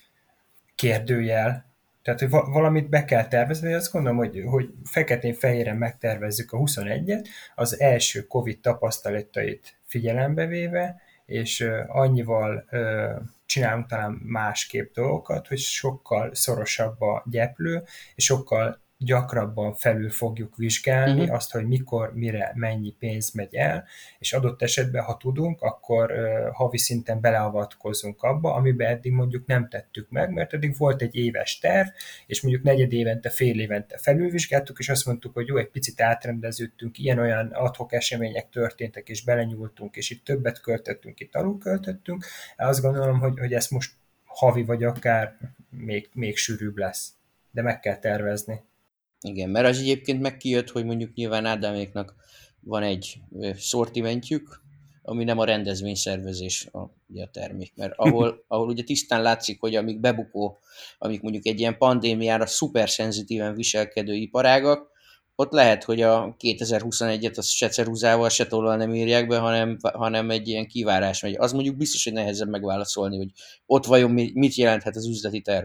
kérdőjel, tehát, hogy valamit be kell tervezni, azt gondolom, hogy feketén-fehéren megtervezzük a 21-et, az első Covid tapasztalatait figyelembe véve, és annyival csinálunk talán másképp dolgokat, hogy sokkal szorosabb a gyeplő, és sokkal gyakrabban felül fogjuk vizsgálni azt, hogy mikor, mire, mennyi pénz megy el, és adott esetben, ha tudunk, akkor havi szinten beleavatkozunk abba, amiben eddig mondjuk nem tettük meg, mert eddig volt egy éves terv, és mondjuk negyed évente, fél évente felülvizsgáltuk, és azt mondtuk, hogy jó, egy picit átrendeződtünk, ilyen-olyan ad-hoc események történtek, és belenyúltunk, és itt többet költöttünk, itt alul költöttünk. Azt gondolom, hogy ez most havi, vagy akár még sűrűbb lesz, de meg kell tervezni. Igen, mert az egyébként megkijött, hogy mondjuk nyilván Ádáméknak van egy szortimentjük, ami nem a rendezvényszervezés ugye a termék, mert ahol ugye tisztán látszik, hogy amik bebukó, amik mondjuk egy ilyen pandémiára szuperszenzitíven viselkedő iparágak, ott lehet, hogy a 2021-et az se ceruzával, se tollal nem írják be, hanem egy ilyen kivárás megy. Az mondjuk biztos, hogy nehezebb megválaszolni, hogy ott vajon mit jelenthet az üzleti terv.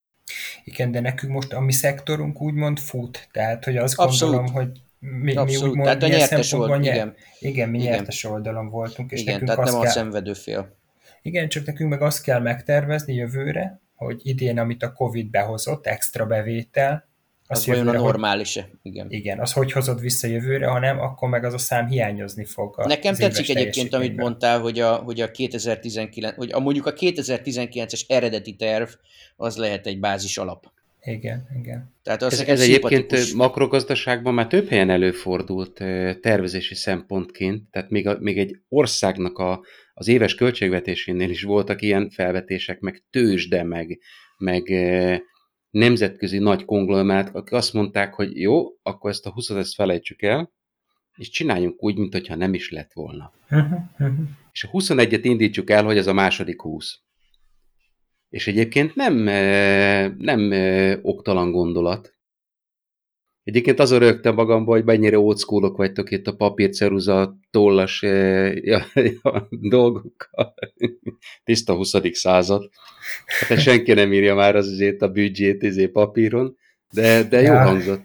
Igen, de nekünk most a mi szektorunk úgymond fut, tehát hogy azt abszolút. Gondolom, hogy mi úgymond tehát a nyertes oldalon, igen, mi nyertes oldalon voltunk. És igen, nekünk tehát nem kell, a szenvedő fél. Igen, csak nekünk meg azt kell megtervezni jövőre, hogy idén, amit a Covid behozott, extra bevétel, az vajon a normális-e? Igen, az hogy hozod vissza jövőre, ha nem, akkor meg az a szám hiányozni fog. Nekem tetszik egyébként, amit mondtál, hogy a 2019, hogy mondjuk a 2019-es eredeti terv, az lehet egy bázis alap. Igen. Tehát ez egyébként makrogazdaságban már több helyen előfordult tervezési szempontként, tehát még egy országnak az éves költségvetésénél is voltak ilyen felvetések, meg tőzsde, meg nemzetközi nagy konglomerát, akik azt mondták, hogy jó, akkor ezt a 20-at ezt felejtsük el, és csináljunk úgy, mintha nem is lett volna. És a 21-et indítsuk el, hogy ez a második 20. És egyébként nem oktalan gondolat. Egyébként azon rögtem magamban, hogy mennyire old schoolok vagytok itt a papírceruza tollas dolgokkal. Tiszta 20. század. Hát senki nem írja már azért a büdzsét papíron, de jó hangzott.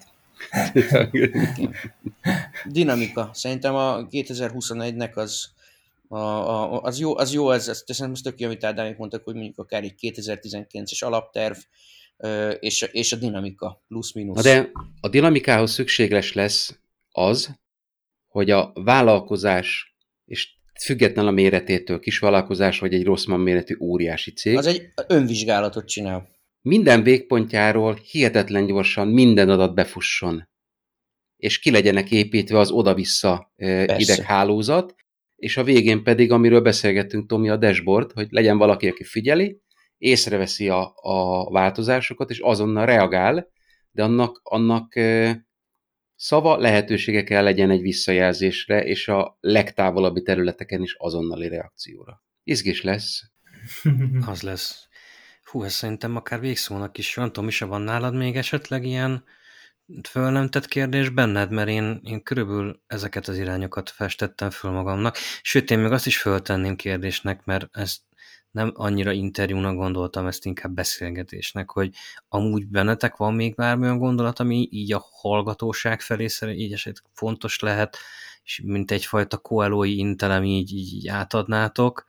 Dinamika. Szerintem a 2021-nek az jó, ez szerintem tök jó, amit Ádámék mondtak, hogy mondjuk akár egy 2019-es alapterv, és a dinamika, plusz-minusz. De a dinamikához szükséges lesz az, hogy a vállalkozás, és független a méretétől, kisvállalkozás, vagy egy Rossmann méretű óriási cég. Az egy önvizsgálatot csinál. Minden végpontjáról hihetetlen gyorsan minden adat befusson, és ki legyenek építve az oda-vissza ideghálózat, és a végén pedig, amiről beszélgettünk, Tomi, a dashboard, hogy legyen valaki, aki figyeli, észreveszi a változásokat, és azonnal reagál, de annak szava lehetősége kell legyen egy visszajelzésre, és a legtávolabbi területeken is azonnali reakcióra. Izgis lesz. Az lesz. Hú, ez szerintem akár végszónak is van. Tomi, se van nálad még esetleg ilyen föl nem tett kérdés benned, mert én körülbelül ezeket az irányokat festettem föl magamnak. Sőt, én még azt is föltenném kérdésnek, mert ezt nem annyira interjúnak gondoltam, ezt inkább beszélgetésnek, hogy amúgy bennetek van még bármilyen gondolat, ami így a hallgatóság felé így esetleg fontos lehet, és mint egyfajta Coelho-i intelem így átadnátok?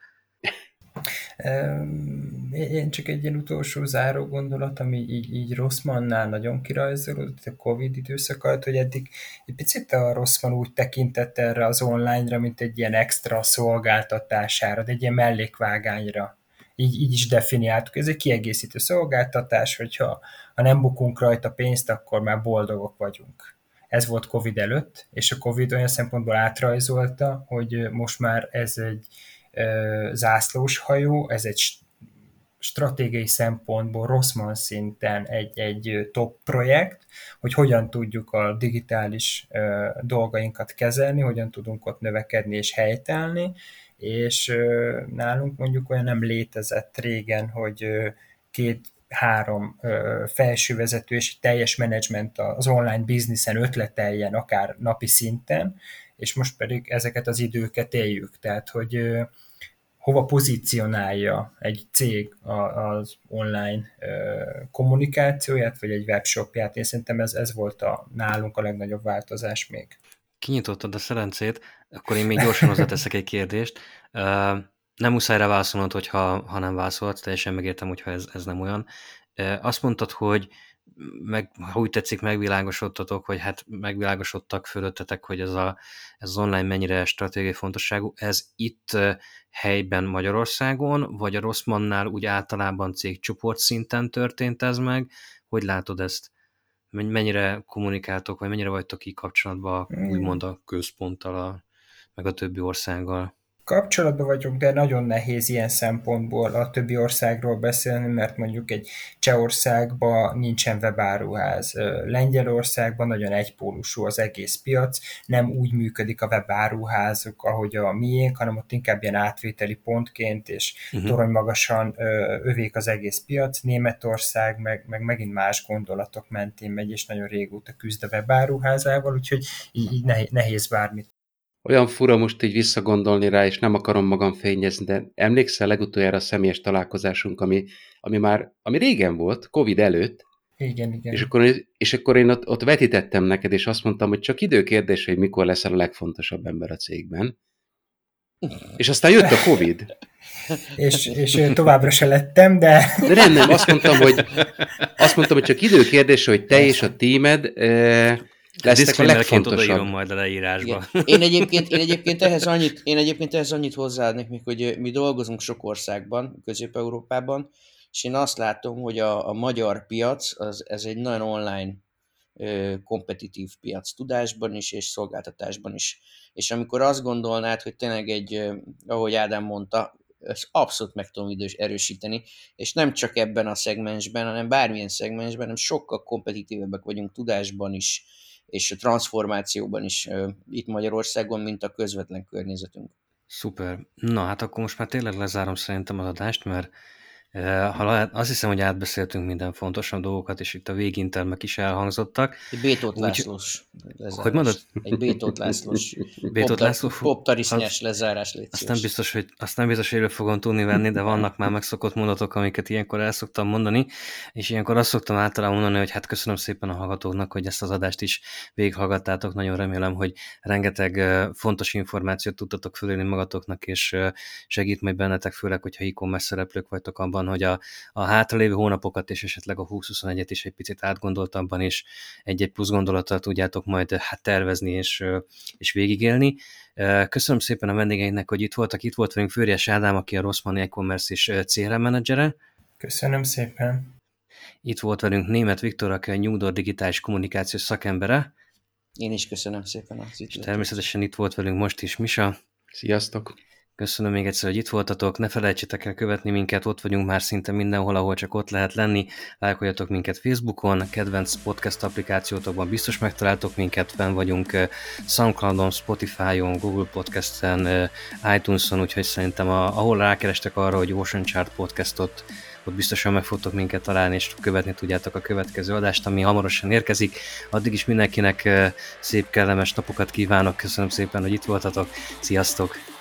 Én csak egy ilyen utolsó záró gondolat, ami így Rossmannnál nagyon kirajzolódott a Covid időszak alatt, hogy eddig egy picit a Rossmann úgy tekintett erre az online-ra, mint egy ilyen extra szolgáltatására, de egy ilyen mellékvágányra. Így is definiáltuk. Ez egy kiegészítő szolgáltatás, hogyha nem bukunk rajta pénzt, akkor már boldogok vagyunk. Ez volt Covid előtt, és a Covid olyan szempontból átrajzolta, hogy most már ez egy zászlós hajó, ez egy stratégiai szempontból Rossmann szinten egy top projekt, hogy hogyan tudjuk a digitális dolgainkat kezelni, hogyan tudunk ott növekedni és helytállni, és nálunk mondjuk olyan nem létezett régen, hogy 2-3 felsővezető és teljes menedzsment az online bizniszen ötleteljen akár napi szinten, és most pedig ezeket az időket éljük, tehát hogy hova pozícionálja egy cég az online kommunikációját, vagy egy webshopját. Én szerintem ez volt nálunk a legnagyobb változás még. Kinyitottad a szerencét, akkor én még gyorsan hozzáteszek egy kérdést. Nem muszáj rá válaszolnod, ha nem válaszolsz, teljesen megértem, hogyha ez nem olyan. Azt mondtad, hogy ha úgy tetszik, megvilágosodtatok, vagy hát megvilágosodtak fölöttetek, hogy ez az online mennyire stratégiai fontosságú. Ez itt helyben Magyarországon, vagy a Rossmannnál úgy általában cégcsoport szinten történt ez meg? Hogy látod ezt? Mennyire kommunikáltok, vagy mennyire vagytok így kapcsolatban, úgymond a központtal, meg a többi országgal? Kapcsolatban vagyunk, de nagyon nehéz ilyen szempontból a többi országról beszélni, mert mondjuk egy Csehországban nincsen webáruház. Lengyelországban nagyon egypólusú az egész piac, nem úgy működik a webáruházuk, ahogy a miénk, hanem ott inkább ilyen átvételi pontként, és toronymagasan övék az egész piac. Németország meg megint más gondolatok mentén megy, és nagyon régóta küzd a webáruházával, úgyhogy így nehéz bármit. Olyan fura most így visszagondolni rá, és nem akarom magam fényezni, de emlékszel legutoljára a személyes találkozásunk, ami régen volt, Covid előtt, Igen. És akkor én ott vetítettem neked, és azt mondtam, hogy csak időkérdés, hogy mikor leszel a legfontosabb ember a cégben. És aztán jött a Covid. és továbbra se lettem, de... De nem, azt mondtam, hogy csak időkérdés, hogy te és a tímed lesznek a legfontosabb. Odaírom majd a leírásba. Én egyébként ehhez annyit hozzáadnék még, hogy mi dolgozunk sok országban, Közép-Európában, és én azt látom, hogy a magyar piac, ez egy nagyon online kompetitív piac tudásban is, és szolgáltatásban is. És amikor azt gondolnád, hogy tényleg ahogy Ádám mondta, ezt abszolút meg tudom erősíteni, és nem csak ebben a szegmensben, hanem bármilyen szegmensben, hanem sokkal kompetitívebbek vagyunk tudásban is, és a transformációban is itt Magyarországon, mint a közvetlen környezetünk. Szuper. Na hát akkor most már tényleg lezárom szerintem az adást, mert ha lehet, azt hiszem, hogy átbeszéltünk minden fontosabb dolgokat, és itt a végintermek is elhangzottak. Egy Bétót Lászlós lezárás. Hogy mondod? Egy Bétót Lászlós László poptarisznyás lezárás légy szíves. Azt nem biztos, hogy elő fogom tudni venni, de vannak már megszokott mondatok, amiket ilyenkor el szoktam mondani, és ilyenkor azt szoktam általában mondani, hogy hát köszönöm szépen a hallgatóknak, hogy ezt az adást is végighallgattátok. Nagyon remélem, hogy rengeteg fontos információt tudtatok fölélni magatoknak, és segít majd bennetek, főleg, hogyha e-commerce szereplők vagytok abban, hogy a hátralévő hónapokat és esetleg a 2021-et is egy picit átgondoltabban, és egy-egy plusz gondolattal tudjátok majd tervezni és végigélni. Köszönöm szépen a vendégeinknek, hogy itt voltak. Itt volt velünk Főriás Ádám, aki a Rossmann e-commerce és CRM menedzsere. Köszönöm szépen. Itt volt velünk Németh Viktor, aki a New Door digitális kommunikációs szakembere. Én is köszönöm szépen. És természetesen itt volt velünk most is Misa. Sziasztok! Köszönöm még egyszer, hogy itt voltatok, ne felejtsétek el követni minket, ott vagyunk már szinte mindenhol, ahol csak ott lehet lenni. Lájkoljatok minket Facebookon, kedvenc podcast applikációtokban biztos megtaláltok minket, fenn vagyunk Soundcloudon, Spotify-on, Google Podcast-en, iTunes-on, úgyhogy szerintem ahol rákerestek arra, hogy Ocean Chart podcastot, ott biztosan meg fogtok minket találni, és követni tudjátok a következő adást, ami hamarosan érkezik. Addig is mindenkinek szép, kellemes napokat kívánok, köszönöm szépen, hogy itt voltatok, sziasztok!